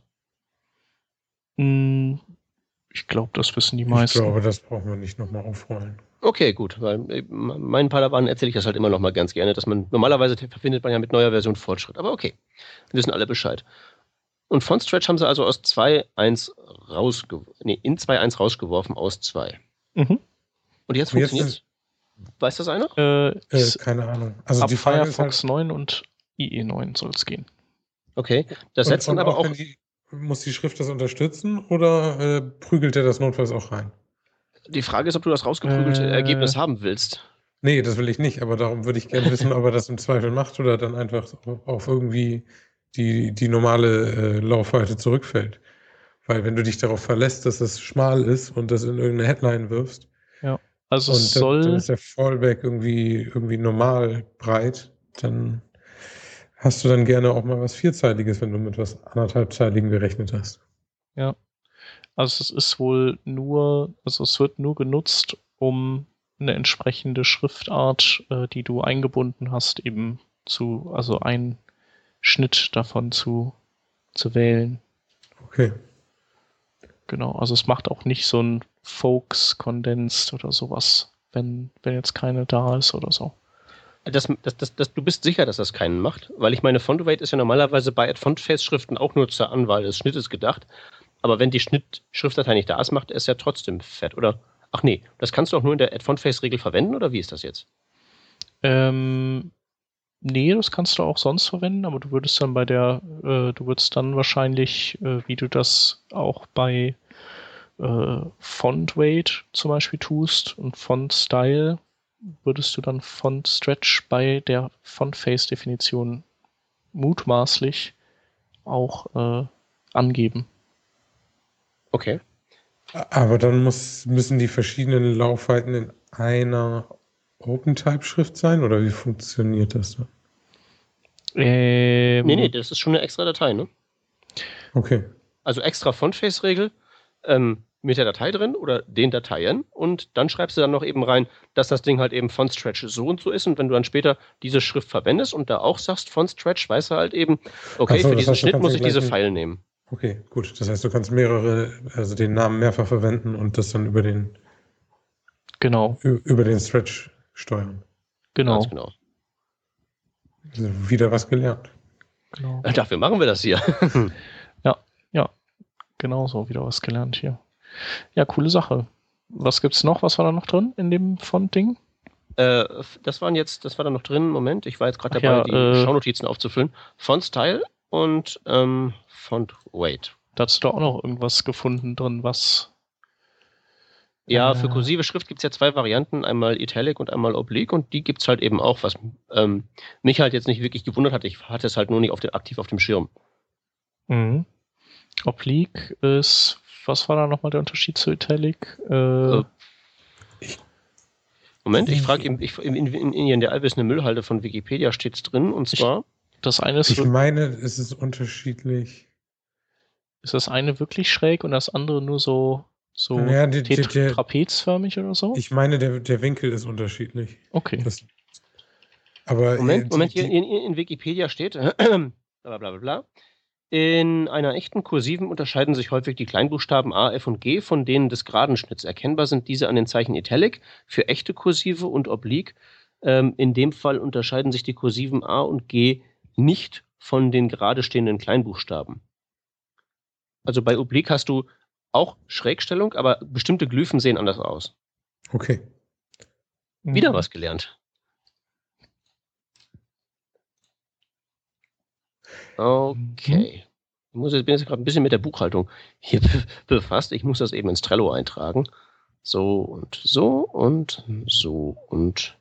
Speaker 2: Ich glaube, das wissen die meisten.
Speaker 3: Ich glaube, das brauchen wir nicht nochmal aufrollen.
Speaker 1: Okay, gut, weil meinen Padawan erzähle ich das halt immer noch mal ganz gerne, dass man normalerweise verbindet man ja mit neuer Version Fortschritt, aber okay, wir wissen alle Bescheid. Und Font Stretch haben sie also aus 2.1 in 2.1 rausgeworfen aus 2. Und jetzt funktioniert es. Weiß das einer?
Speaker 3: Keine Ahnung. Also
Speaker 2: ab
Speaker 3: die Frage
Speaker 2: Firefox
Speaker 3: ist halt,
Speaker 2: 9 und IE9 soll es gehen.
Speaker 1: Okay, das setzt dann aber auch...
Speaker 3: Muss die Schrift das unterstützen oder prügelt er das notfalls auch rein?
Speaker 1: Die Frage ist, ob du das rausgeprügelte Ergebnis haben willst.
Speaker 3: Nee, das will ich nicht, aber darum würde ich gerne wissen, ob er das im Zweifel macht oder dann einfach auf irgendwie die normale Laufweite zurückfällt. Weil wenn du dich darauf verlässt, dass das schmal ist und das in irgendeine Headline wirfst
Speaker 2: Ja. Also
Speaker 3: und
Speaker 2: es
Speaker 3: dann
Speaker 2: soll,
Speaker 3: ist der Fallback irgendwie normal breit, dann hast du dann gerne auch mal was Vierzeiliges, wenn du mit was anderthalbzeiligem gerechnet hast.
Speaker 2: ja, also es ist wohl nur, also es wird nur genutzt, um eine entsprechende Schriftart, die du eingebunden hast, eben also einen Schnitt davon zu wählen.
Speaker 3: Okay.
Speaker 2: Genau, also es macht auch nicht so ein Folks Condensed oder sowas, wenn jetzt keine da ist oder so.
Speaker 1: Du bist sicher, dass das keinen macht? Weil ich meine, Font Weight ist ja normalerweise bei Font-Face-Schriften auch nur zur Anwahl des Schnittes gedacht. Aber wenn die Schriftdatei nicht da ist, macht er es ja trotzdem fett, oder? Ach nee, das kannst du auch nur in der Add-Font-Face-Regel verwenden, oder wie ist das jetzt?
Speaker 2: Nee, das kannst du auch sonst verwenden, aber du würdest dann du würdest dann wahrscheinlich, wie du das auch bei Font Weight zum Beispiel tust und Font Style, würdest du dann Font Stretch bei der Font Face Definition mutmaßlich auch angeben.
Speaker 1: Okay.
Speaker 3: Aber dann müssen die verschiedenen Laufweiten in einer OpenType-Schrift sein, oder wie funktioniert das dann?
Speaker 1: Nee, das ist schon eine extra Datei, ne?
Speaker 3: Okay.
Speaker 1: Also extra Font-Face-Regel mit der Datei drin oder den Dateien und dann schreibst du dann noch eben rein, dass das Ding halt eben Font Stretch so und so ist und wenn du dann später diese Schrift verwendest und da auch sagst Font Stretch, weißt du halt eben, okay,
Speaker 3: Ach so,
Speaker 1: für
Speaker 3: das
Speaker 1: diesen
Speaker 3: heißt, du
Speaker 1: Schnitt
Speaker 3: kannst
Speaker 1: muss
Speaker 3: den
Speaker 1: ich diese
Speaker 3: gleichen-
Speaker 1: Pfeil nehmen.
Speaker 3: Okay, gut. Das heißt, du kannst also den Namen mehrfach verwenden und das dann über den
Speaker 2: Genau,
Speaker 3: Stretch steuern.
Speaker 1: Ganz
Speaker 2: genau,
Speaker 1: genau.
Speaker 3: Also wieder was gelernt.
Speaker 2: genau.
Speaker 1: Dafür machen wir das hier.
Speaker 2: Ja, genau so, wieder was gelernt hier. Ja, coole Sache. Was gibt's noch? Was war da noch drin in dem Font-Ding?
Speaker 1: Das war dann noch drin, Moment, ich war jetzt gerade
Speaker 2: Ach
Speaker 1: dabei,
Speaker 2: ja,
Speaker 1: die Shownotizen aufzufüllen. Font Style und Font Weight.
Speaker 2: Da hast du da auch noch irgendwas gefunden drin, was.
Speaker 1: Ja, für kursive Schrift gibt es ja zwei Varianten, einmal Italic und einmal Oblique und die gibt es halt eben auch, was mich halt jetzt nicht wirklich gewundert hat. Ich hatte es halt nur nicht aktiv auf dem Schirm.
Speaker 2: Oblique ist, was war da nochmal der Unterschied zu Italic?
Speaker 1: Moment, ich frage in der Albis eine Müllhalde von Wikipedia steht's drin und zwar.
Speaker 2: Das eine ist,
Speaker 3: Ich meine, es ist unterschiedlich.
Speaker 2: Ist das eine wirklich schräg und das andere nur so
Speaker 3: Ja,
Speaker 2: trapezförmig oder so?
Speaker 3: Ich meine, der Winkel ist unterschiedlich.
Speaker 2: Okay.
Speaker 3: Aber
Speaker 1: Moment, hier in Wikipedia steht, bla bla bla. In einer echten Kursiven unterscheiden sich häufig die Kleinbuchstaben A, F und G von denen des geraden Schnitts. Erkennbar sind diese an den Zeichen Italic für echte Kursive und Oblique. In dem Fall unterscheiden sich die Kursiven A und G nicht von den gerade stehenden Kleinbuchstaben. Also bei Oblique hast du auch Schrägstellung, aber bestimmte Glyphen sehen anders aus.
Speaker 3: Okay.
Speaker 1: Wieder was gelernt. Okay. Ich bin jetzt gerade ein bisschen mit der Buchhaltung hier befasst. Ich muss das eben ins Trello eintragen. So und so und so und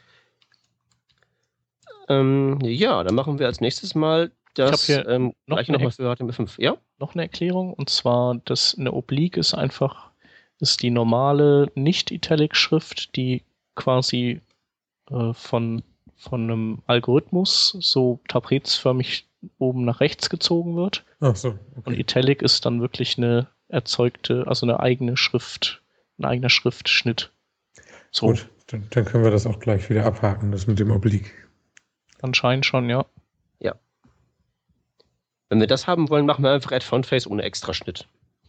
Speaker 1: ja, dann machen wir als nächstes mal das gleiche nochmal für HTML5. Ja?
Speaker 2: Noch eine Erklärung, und zwar, dass eine Oblique ist die normale Nicht-Italic-Schrift, die quasi von einem Algorithmus so trapezförmig oben nach rechts gezogen wird.
Speaker 3: Ach so, okay.
Speaker 2: Und Italic ist dann wirklich eine erzeugte, also eine eigene Schrift, ein eigener Schriftschnitt. So.
Speaker 3: Gut, dann können wir das auch gleich wieder abhaken, das mit dem Oblique.
Speaker 2: Anscheinend schon, ja.
Speaker 1: Ja. Wenn wir das haben wollen, machen wir einfach Add Font Face ohne extra Schnitt.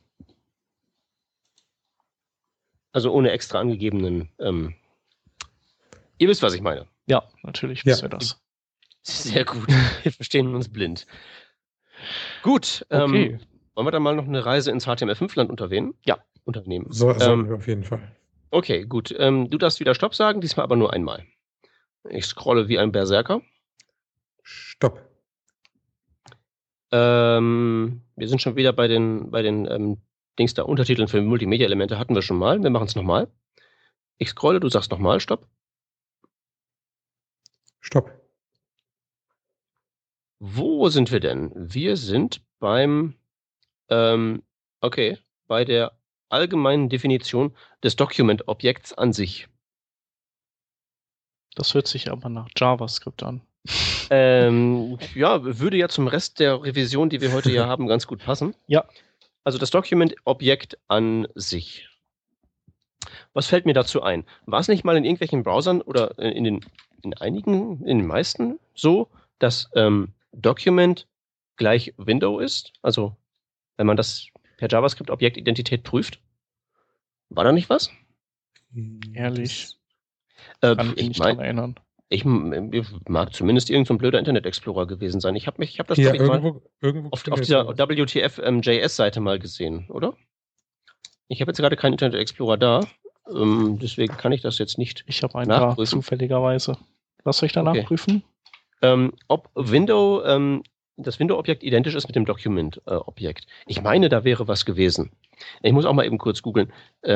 Speaker 1: Also ohne extra angegebenen. Ihr wisst, was ich meine.
Speaker 2: Ja, natürlich wissen wir das.
Speaker 1: Sehr gut. Wir verstehen uns blind. Gut.
Speaker 2: Okay.
Speaker 1: Wollen wir dann mal noch eine Reise ins HTML5-Land unternehmen?
Speaker 3: Sollen wir auf jeden Fall.
Speaker 1: Okay, gut. Du darfst wieder Stopp sagen, diesmal aber nur einmal. Ich scrolle wie ein Berserker.
Speaker 3: Stopp.
Speaker 1: Wir sind schon wieder bei den Dings da, Untertiteln für Multimedia-Elemente hatten wir schon mal. Wir machen es nochmal. Ich scrolle, du sagst nochmal Stopp.
Speaker 3: Stopp.
Speaker 1: Wo sind wir denn? Wir sind beim Okay, bei der allgemeinen Definition des Document-Objekts an sich.
Speaker 2: Das hört sich aber nach JavaScript an.
Speaker 1: Ja, würde ja zum Rest der Revision, die wir heute ja haben, ganz gut passen.
Speaker 2: Ja.
Speaker 1: Also das Document-Objekt an sich. Was fällt mir dazu ein? War es nicht mal in irgendwelchen Browsern oder in den meisten so, dass Document gleich Window ist? Also wenn man das per JavaScript-Objekt-Identität prüft? War da nicht was?
Speaker 2: Ehrlich. Kann ich mich nicht daran erinnern.
Speaker 1: Ich mag zumindest irgend so ein blöder Internet Explorer gewesen sein. Ich hab das
Speaker 3: Ja,
Speaker 1: irgendwo
Speaker 3: irgendwo
Speaker 1: auf dieser WTF-JS-Seite mal gesehen, oder? Ich habe jetzt gerade keinen Internet Explorer da, deswegen kann ich das jetzt nicht.
Speaker 2: Ich habe einen da, zufälligerweise. Was soll ich da nachprüfen?
Speaker 1: Ob das Window-Objekt identisch ist mit dem Document-Objekt. Ich meine, da wäre was gewesen. Ich muss auch mal eben kurz googeln.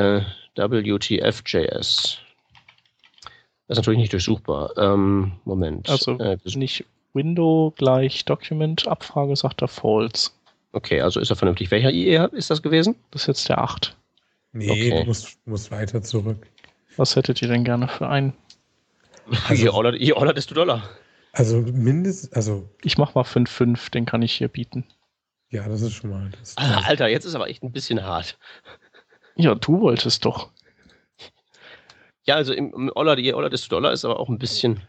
Speaker 1: WTF-JS. Das ist natürlich nicht durchsuchbar. Moment.
Speaker 2: Also nicht Window gleich Document, Abfrage sagt er false.
Speaker 1: Okay, also ist er vernünftig. Welcher IE ist das gewesen?
Speaker 2: Das ist jetzt der 8.
Speaker 3: Nee,
Speaker 1: okay.
Speaker 3: Du musst weiter zurück.
Speaker 2: Was hättet ihr denn gerne für einen?
Speaker 1: Je Order, desto Dollar.
Speaker 3: Also
Speaker 2: ich mach mal 5,5, den kann ich hier bieten.
Speaker 3: Ja, das ist schon mal.
Speaker 1: Alter, jetzt ist aber echt ein bisschen hart.
Speaker 2: Ja, du wolltest doch.
Speaker 1: Ja, also im Order, je Order, desto Dollar ist aber auch ein bisschen.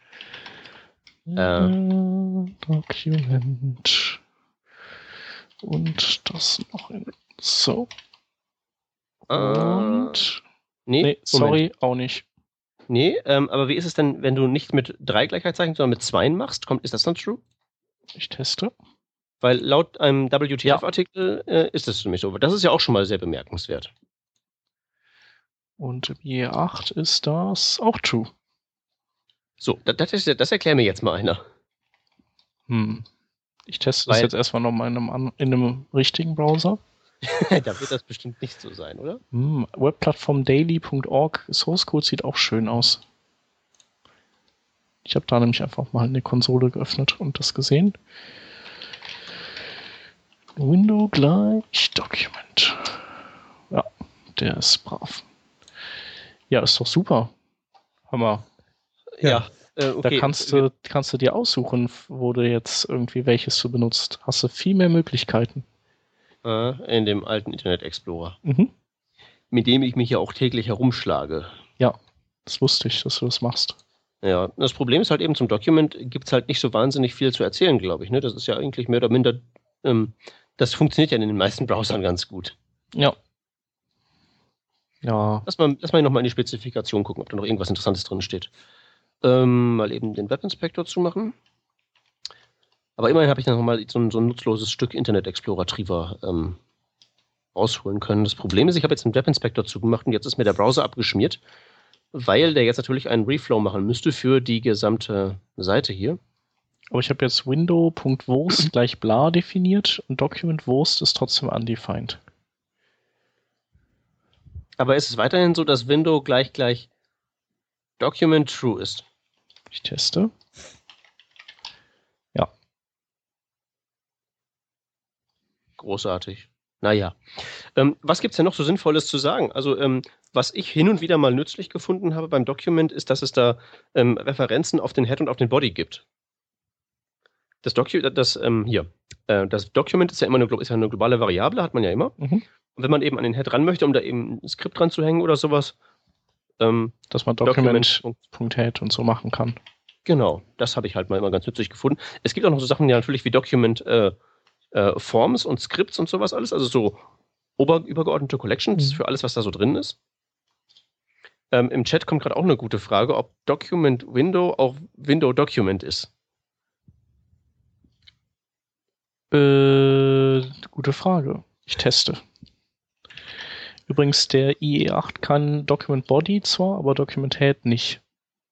Speaker 2: Document. Und das noch in. So. Und. Nee, sorry, auch nicht.
Speaker 1: Nee, aber wie ist es denn, wenn du nicht mit 3 Gleichheitszeichen, sondern mit 2 machst? Ist das dann true?
Speaker 2: Ich teste.
Speaker 1: Weil laut einem WTF-Artikel ist das nämlich so. Das ist ja auch schon mal sehr bemerkenswert.
Speaker 2: Und im IE8 ist das auch true.
Speaker 1: So, das erklär mir jetzt mal einer.
Speaker 2: Ich teste das jetzt erstmal nochmal in einem richtigen Browser.
Speaker 1: Da wird das bestimmt nicht so sein, oder?
Speaker 2: Webplattformdaily.org Source Code sieht auch schön aus. Ich habe da nämlich einfach mal eine Konsole geöffnet und das gesehen. Window gleich Document. Ja, der ist brav. Ja, ist doch super. Hammer.
Speaker 1: Ja. Okay.
Speaker 2: Da kannst du dir aussuchen, wo du jetzt irgendwie welches du benutzt. Hast du viel mehr Möglichkeiten.
Speaker 1: In dem alten Internet Explorer. Mit dem ich mich ja auch täglich herumschlage.
Speaker 2: Ja, das wusste ich, dass du das machst.
Speaker 1: Ja, das Problem ist halt eben, zum Document gibt es halt nicht so wahnsinnig viel zu erzählen, glaube ich. Ne? Das ist ja eigentlich mehr oder minder, das funktioniert ja in den meisten Browsern ganz gut.
Speaker 2: Ja.
Speaker 1: Lass mal nochmal in die Spezifikation gucken, ob da noch irgendwas Interessantes drin steht. Mal eben den Web Inspector zumachen. Aber immerhin habe ich dann nochmal so ein nutzloses Stück Internet Explorer Triva rausholen können. Das Problem ist, ich habe jetzt den Web Inspector zugemacht und jetzt ist mir der Browser abgeschmiert, weil der jetzt natürlich einen Reflow machen müsste für die gesamte Seite hier.
Speaker 2: Aber ich habe jetzt window.wurst gleich bla definiert und Document-Wurst ist trotzdem undefined.
Speaker 1: Aber ist es weiterhin so, dass Window gleich Document true ist?
Speaker 2: Ich teste. Ja.
Speaker 1: Großartig. Naja. Was gibt es denn noch so Sinnvolles zu sagen? Also, was ich hin und wieder mal nützlich gefunden habe beim Document, ist, dass es da Referenzen auf den Head und auf den Body gibt. Das Document ist ja immer eine globale Variable, hat man ja immer. Und wenn man eben an den Head ran möchte, um da eben ein Skript dran zu hängen oder sowas,
Speaker 2: dass man Document.head und so machen kann.
Speaker 1: Genau, das habe ich halt mal immer ganz nützlich gefunden. Es gibt auch noch so Sachen, ja natürlich wie Document Forms und Scripts und sowas alles, also so übergeordnete Collections für alles, was da so drin ist. Im Chat kommt gerade auch eine gute Frage, ob Document Window auch Window Document ist.
Speaker 2: Gute Frage. Ich teste. Übrigens, der IE8 kann Document Body zwar, aber Document Head nicht.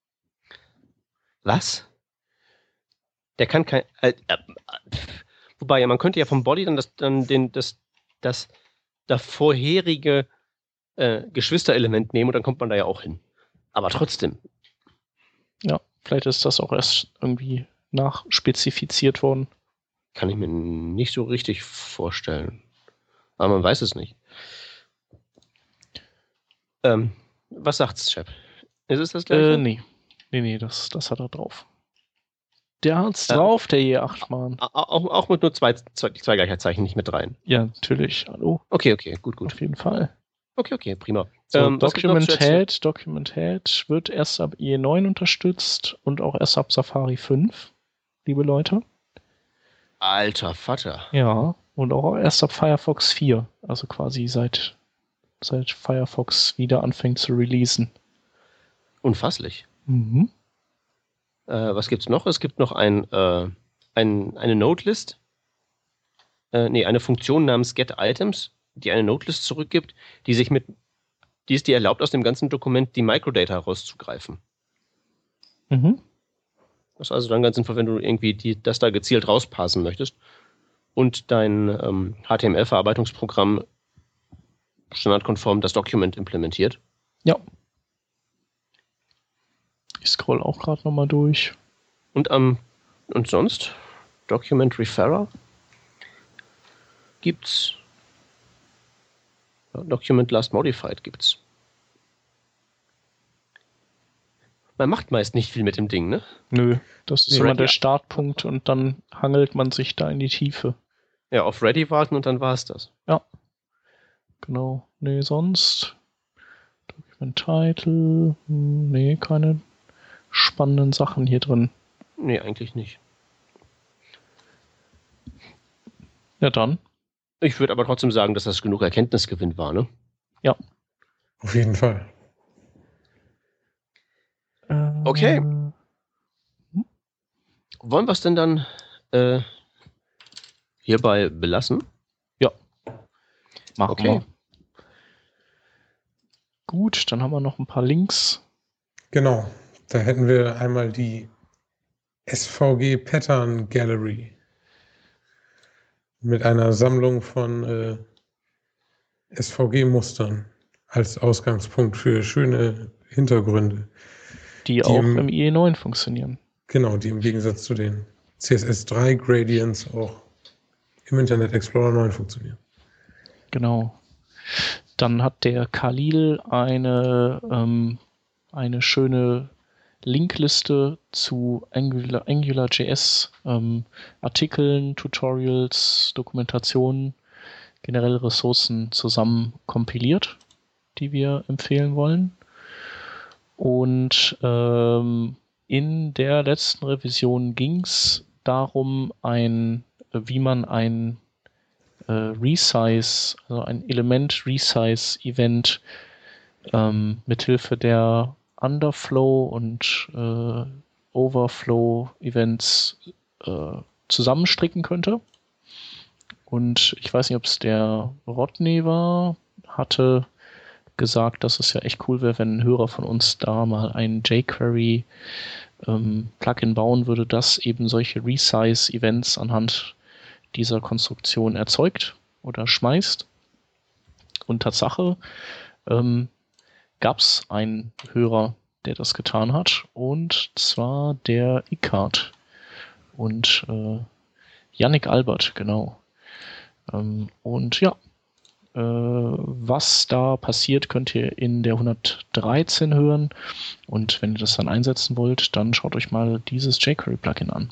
Speaker 1: Was? Der kann kein... wobei, ja, man könnte ja vom Body dann das davorherige Geschwisterelement nehmen und dann kommt man da ja auch hin. Aber trotzdem.
Speaker 2: Ja, vielleicht ist das auch erst irgendwie nachspezifiziert worden.
Speaker 1: Kann ich mir nicht so richtig vorstellen. Aber man weiß es nicht. Was sagt's, Chef? Ist es das gleiche?
Speaker 2: Nee, das hat er drauf. Der hat's drauf, der Je8-Mann.
Speaker 1: Auch mit nur zwei Gleichheitszeichen, nicht mit 3.
Speaker 2: Ja, natürlich. Hallo.
Speaker 1: Okay, gut.
Speaker 2: Auf jeden Fall.
Speaker 1: Okay, prima.
Speaker 2: So, Document Head wird erst ab IE9 unterstützt und auch erst ab Safari 5, liebe Leute.
Speaker 1: Alter Vater.
Speaker 2: Ja, und auch erst ab Firefox 4, also quasi seit Firefox wieder anfängt zu releasen.
Speaker 1: Unfasslich.
Speaker 2: Mhm.
Speaker 1: Was gibt's noch? Es gibt noch eine Nodelist. Eine Funktion namens GetItems, die eine Nodelist zurückgibt, die es dir erlaubt, aus dem ganzen Dokument die Microdata rauszugreifen.
Speaker 2: Mhm.
Speaker 1: Das ist also dann ganz sinnvoll, wenn du irgendwie das da gezielt rausparsen möchtest und dein HTML-Verarbeitungsprogramm standardkonform das Document implementiert.
Speaker 2: Ja. Ich scroll auch gerade nochmal durch.
Speaker 1: Und sonst? Document Referrer gibt's. Document Last Modified gibt's. Man macht meist nicht viel mit dem Ding, ne?
Speaker 2: Nö, das ist immer der Startpunkt und dann hangelt man sich da in die Tiefe.
Speaker 1: Ja, auf Ready warten und dann war's das.
Speaker 2: Ja, genau. Nee, sonst Document Title, keine spannenden Sachen hier drin.
Speaker 1: Nee, eigentlich nicht.
Speaker 2: Ja, dann.
Speaker 1: Ich würde aber trotzdem sagen, dass das genug Erkenntnisgewinn war, ne?
Speaker 3: Ja. Auf jeden Fall.
Speaker 1: Okay. Wollen wir es denn dann hierbei belassen?
Speaker 2: Ja. Machen wir. Gut, dann haben wir noch ein paar Links.
Speaker 3: Genau. Da hätten wir einmal die SVG Pattern Gallery mit einer Sammlung von SVG-Mustern als Ausgangspunkt für schöne Hintergründe.
Speaker 2: Die auch im IE9 funktionieren.
Speaker 3: Genau, die im Gegensatz zu den CSS3 Gradients auch im Internet Explorer 9 funktionieren.
Speaker 2: Genau. Dann hat der Khalil eine schöne Linkliste zu AngularJS, Artikeln, Tutorials, Dokumentationen, generell Ressourcen zusammen kompiliert, die wir empfehlen wollen. Und in der letzten Revision ging es darum, wie man ein Resize, also ein Element-Resize-Event mithilfe der Underflow und Overflow-Events zusammenstricken könnte. Und ich weiß nicht, ob es der Rodney war, hatte gesagt, dass es ja echt cool wäre, wenn ein Hörer von uns da mal ein jQuery Plugin bauen würde, das eben solche Resize-Events anhand dieser Konstruktion erzeugt oder schmeißt. Und Tatsache gab es einen Hörer, der das getan hat, und zwar der Icard und Yannick Albert, genau. Und ja, was da passiert, könnt ihr in der 113 hören. Und wenn ihr das dann einsetzen wollt, dann schaut euch mal dieses jQuery-Plugin an.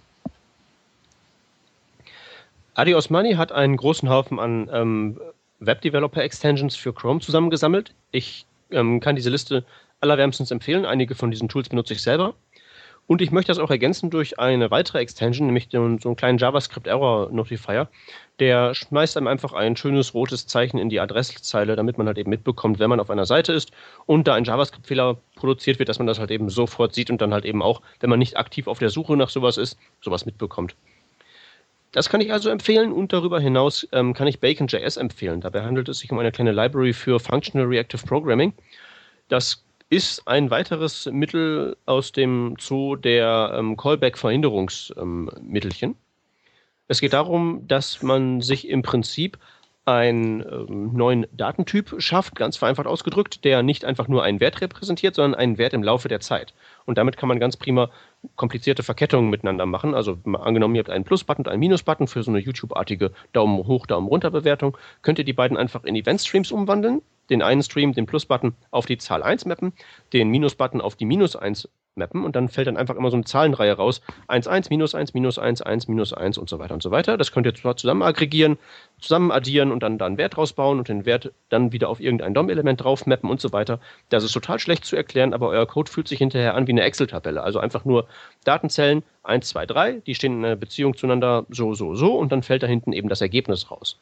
Speaker 1: Adi Osmani hat einen großen Haufen an Web-Developer-Extensions für Chrome zusammengesammelt. Ich kann diese Liste allerwärmstens empfehlen. Einige von diesen Tools benutze ich selber. Und ich möchte das auch ergänzen durch eine weitere Extension, nämlich so einen kleinen JavaScript-Error-Notifier. Der schmeißt einem einfach ein schönes rotes Zeichen in die Adresszeile, damit man halt eben mitbekommt, wenn man auf einer Seite ist und da ein JavaScript-Fehler produziert wird, dass man das halt eben sofort sieht und dann halt eben auch, wenn man nicht aktiv auf der Suche nach sowas ist, sowas mitbekommt. Das kann ich also empfehlen und darüber hinaus kann ich Bacon.js empfehlen. Dabei handelt es sich um eine kleine Library für Functional Reactive Programming. Das ist ein weiteres Mittel aus dem Zoo der Callback-Verhinderungsmittelchen. Es geht darum, dass man sich im Prinzip einen neuen Datentyp schafft, ganz vereinfacht ausgedrückt, der nicht einfach nur einen Wert repräsentiert, sondern einen Wert im Laufe der Zeit. Und damit kann man ganz prima komplizierte Verkettungen miteinander machen. Also angenommen, ihr habt einen Plus-Button und einen Minus-Button für so eine YouTube-artige Daumen hoch, Daumen runter Bewertung, könnt ihr die beiden einfach in Event-Streams umwandeln. den einen Stream, den Plus-Button, auf die Zahl 1 mappen, den Minus-Button auf die Minus 1 mappen und dann fällt dann einfach immer so eine Zahlenreihe raus. 1, 1, minus 1, minus 1, 1, minus 1 und so weiter und so weiter. Das könnt ihr zwar zusammen aggregieren, zusammen addieren und dann da einen Wert rausbauen und den Wert dann wieder auf irgendein DOM-Element drauf mappen und so weiter. Das ist total schlecht zu erklären, aber euer Code fühlt sich hinterher an wie eine Excel-Tabelle. Also einfach nur Datenzellen 1, 2, 3, die stehen in einer Beziehung zueinander so und dann fällt da hinten eben das Ergebnis raus.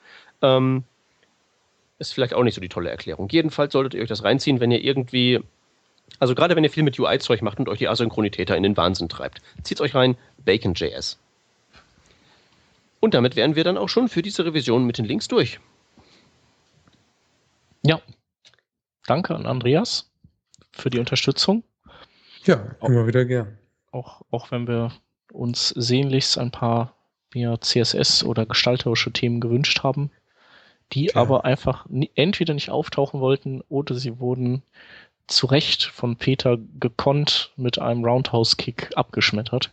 Speaker 1: Ist vielleicht auch nicht so die tolle Erklärung. Jedenfalls solltet ihr euch das reinziehen, wenn ihr irgendwie, also gerade wenn ihr viel mit UI-Zeug macht und euch die Asynchronitäter in den Wahnsinn treibt. Zieht euch rein, Bacon.js. Und damit wären wir dann auch schon für diese Revision mit den Links durch.
Speaker 2: Ja. Danke an Andreas für die Unterstützung.
Speaker 3: Ja, immer wieder gern.
Speaker 2: Auch wenn wir uns sehnlichst ein paar mehr CSS oder gestalterische Themen gewünscht haben, die aber einfach entweder nicht auftauchen wollten oder sie wurden zu Recht von Peter gekonnt mit einem Roundhouse-Kick abgeschmettert.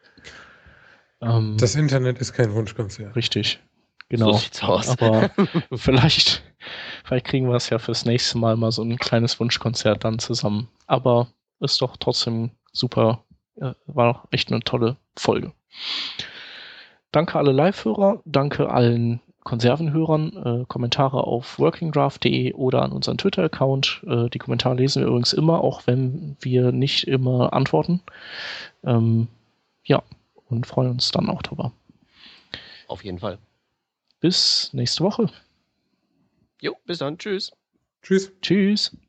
Speaker 3: Das Internet ist kein Wunschkonzert.
Speaker 2: Richtig, genau.
Speaker 1: So sieht's aus.
Speaker 2: Aber vielleicht kriegen wir es ja fürs nächste Mal mal so ein kleines Wunschkonzert dann zusammen. Aber ist doch trotzdem super. War doch echt eine tolle Folge. Danke alle Live-Hörer, danke allen Konservenhörern, Kommentare auf workingdraft.de oder an unseren Twitter-Account. Die Kommentare lesen wir übrigens immer, auch wenn wir nicht immer antworten. Ja, und freuen uns dann auch drüber.
Speaker 1: Auf jeden Fall.
Speaker 2: Bis nächste Woche.
Speaker 1: Jo, bis dann. Tschüss.
Speaker 3: Tschüss.
Speaker 2: Tschüss.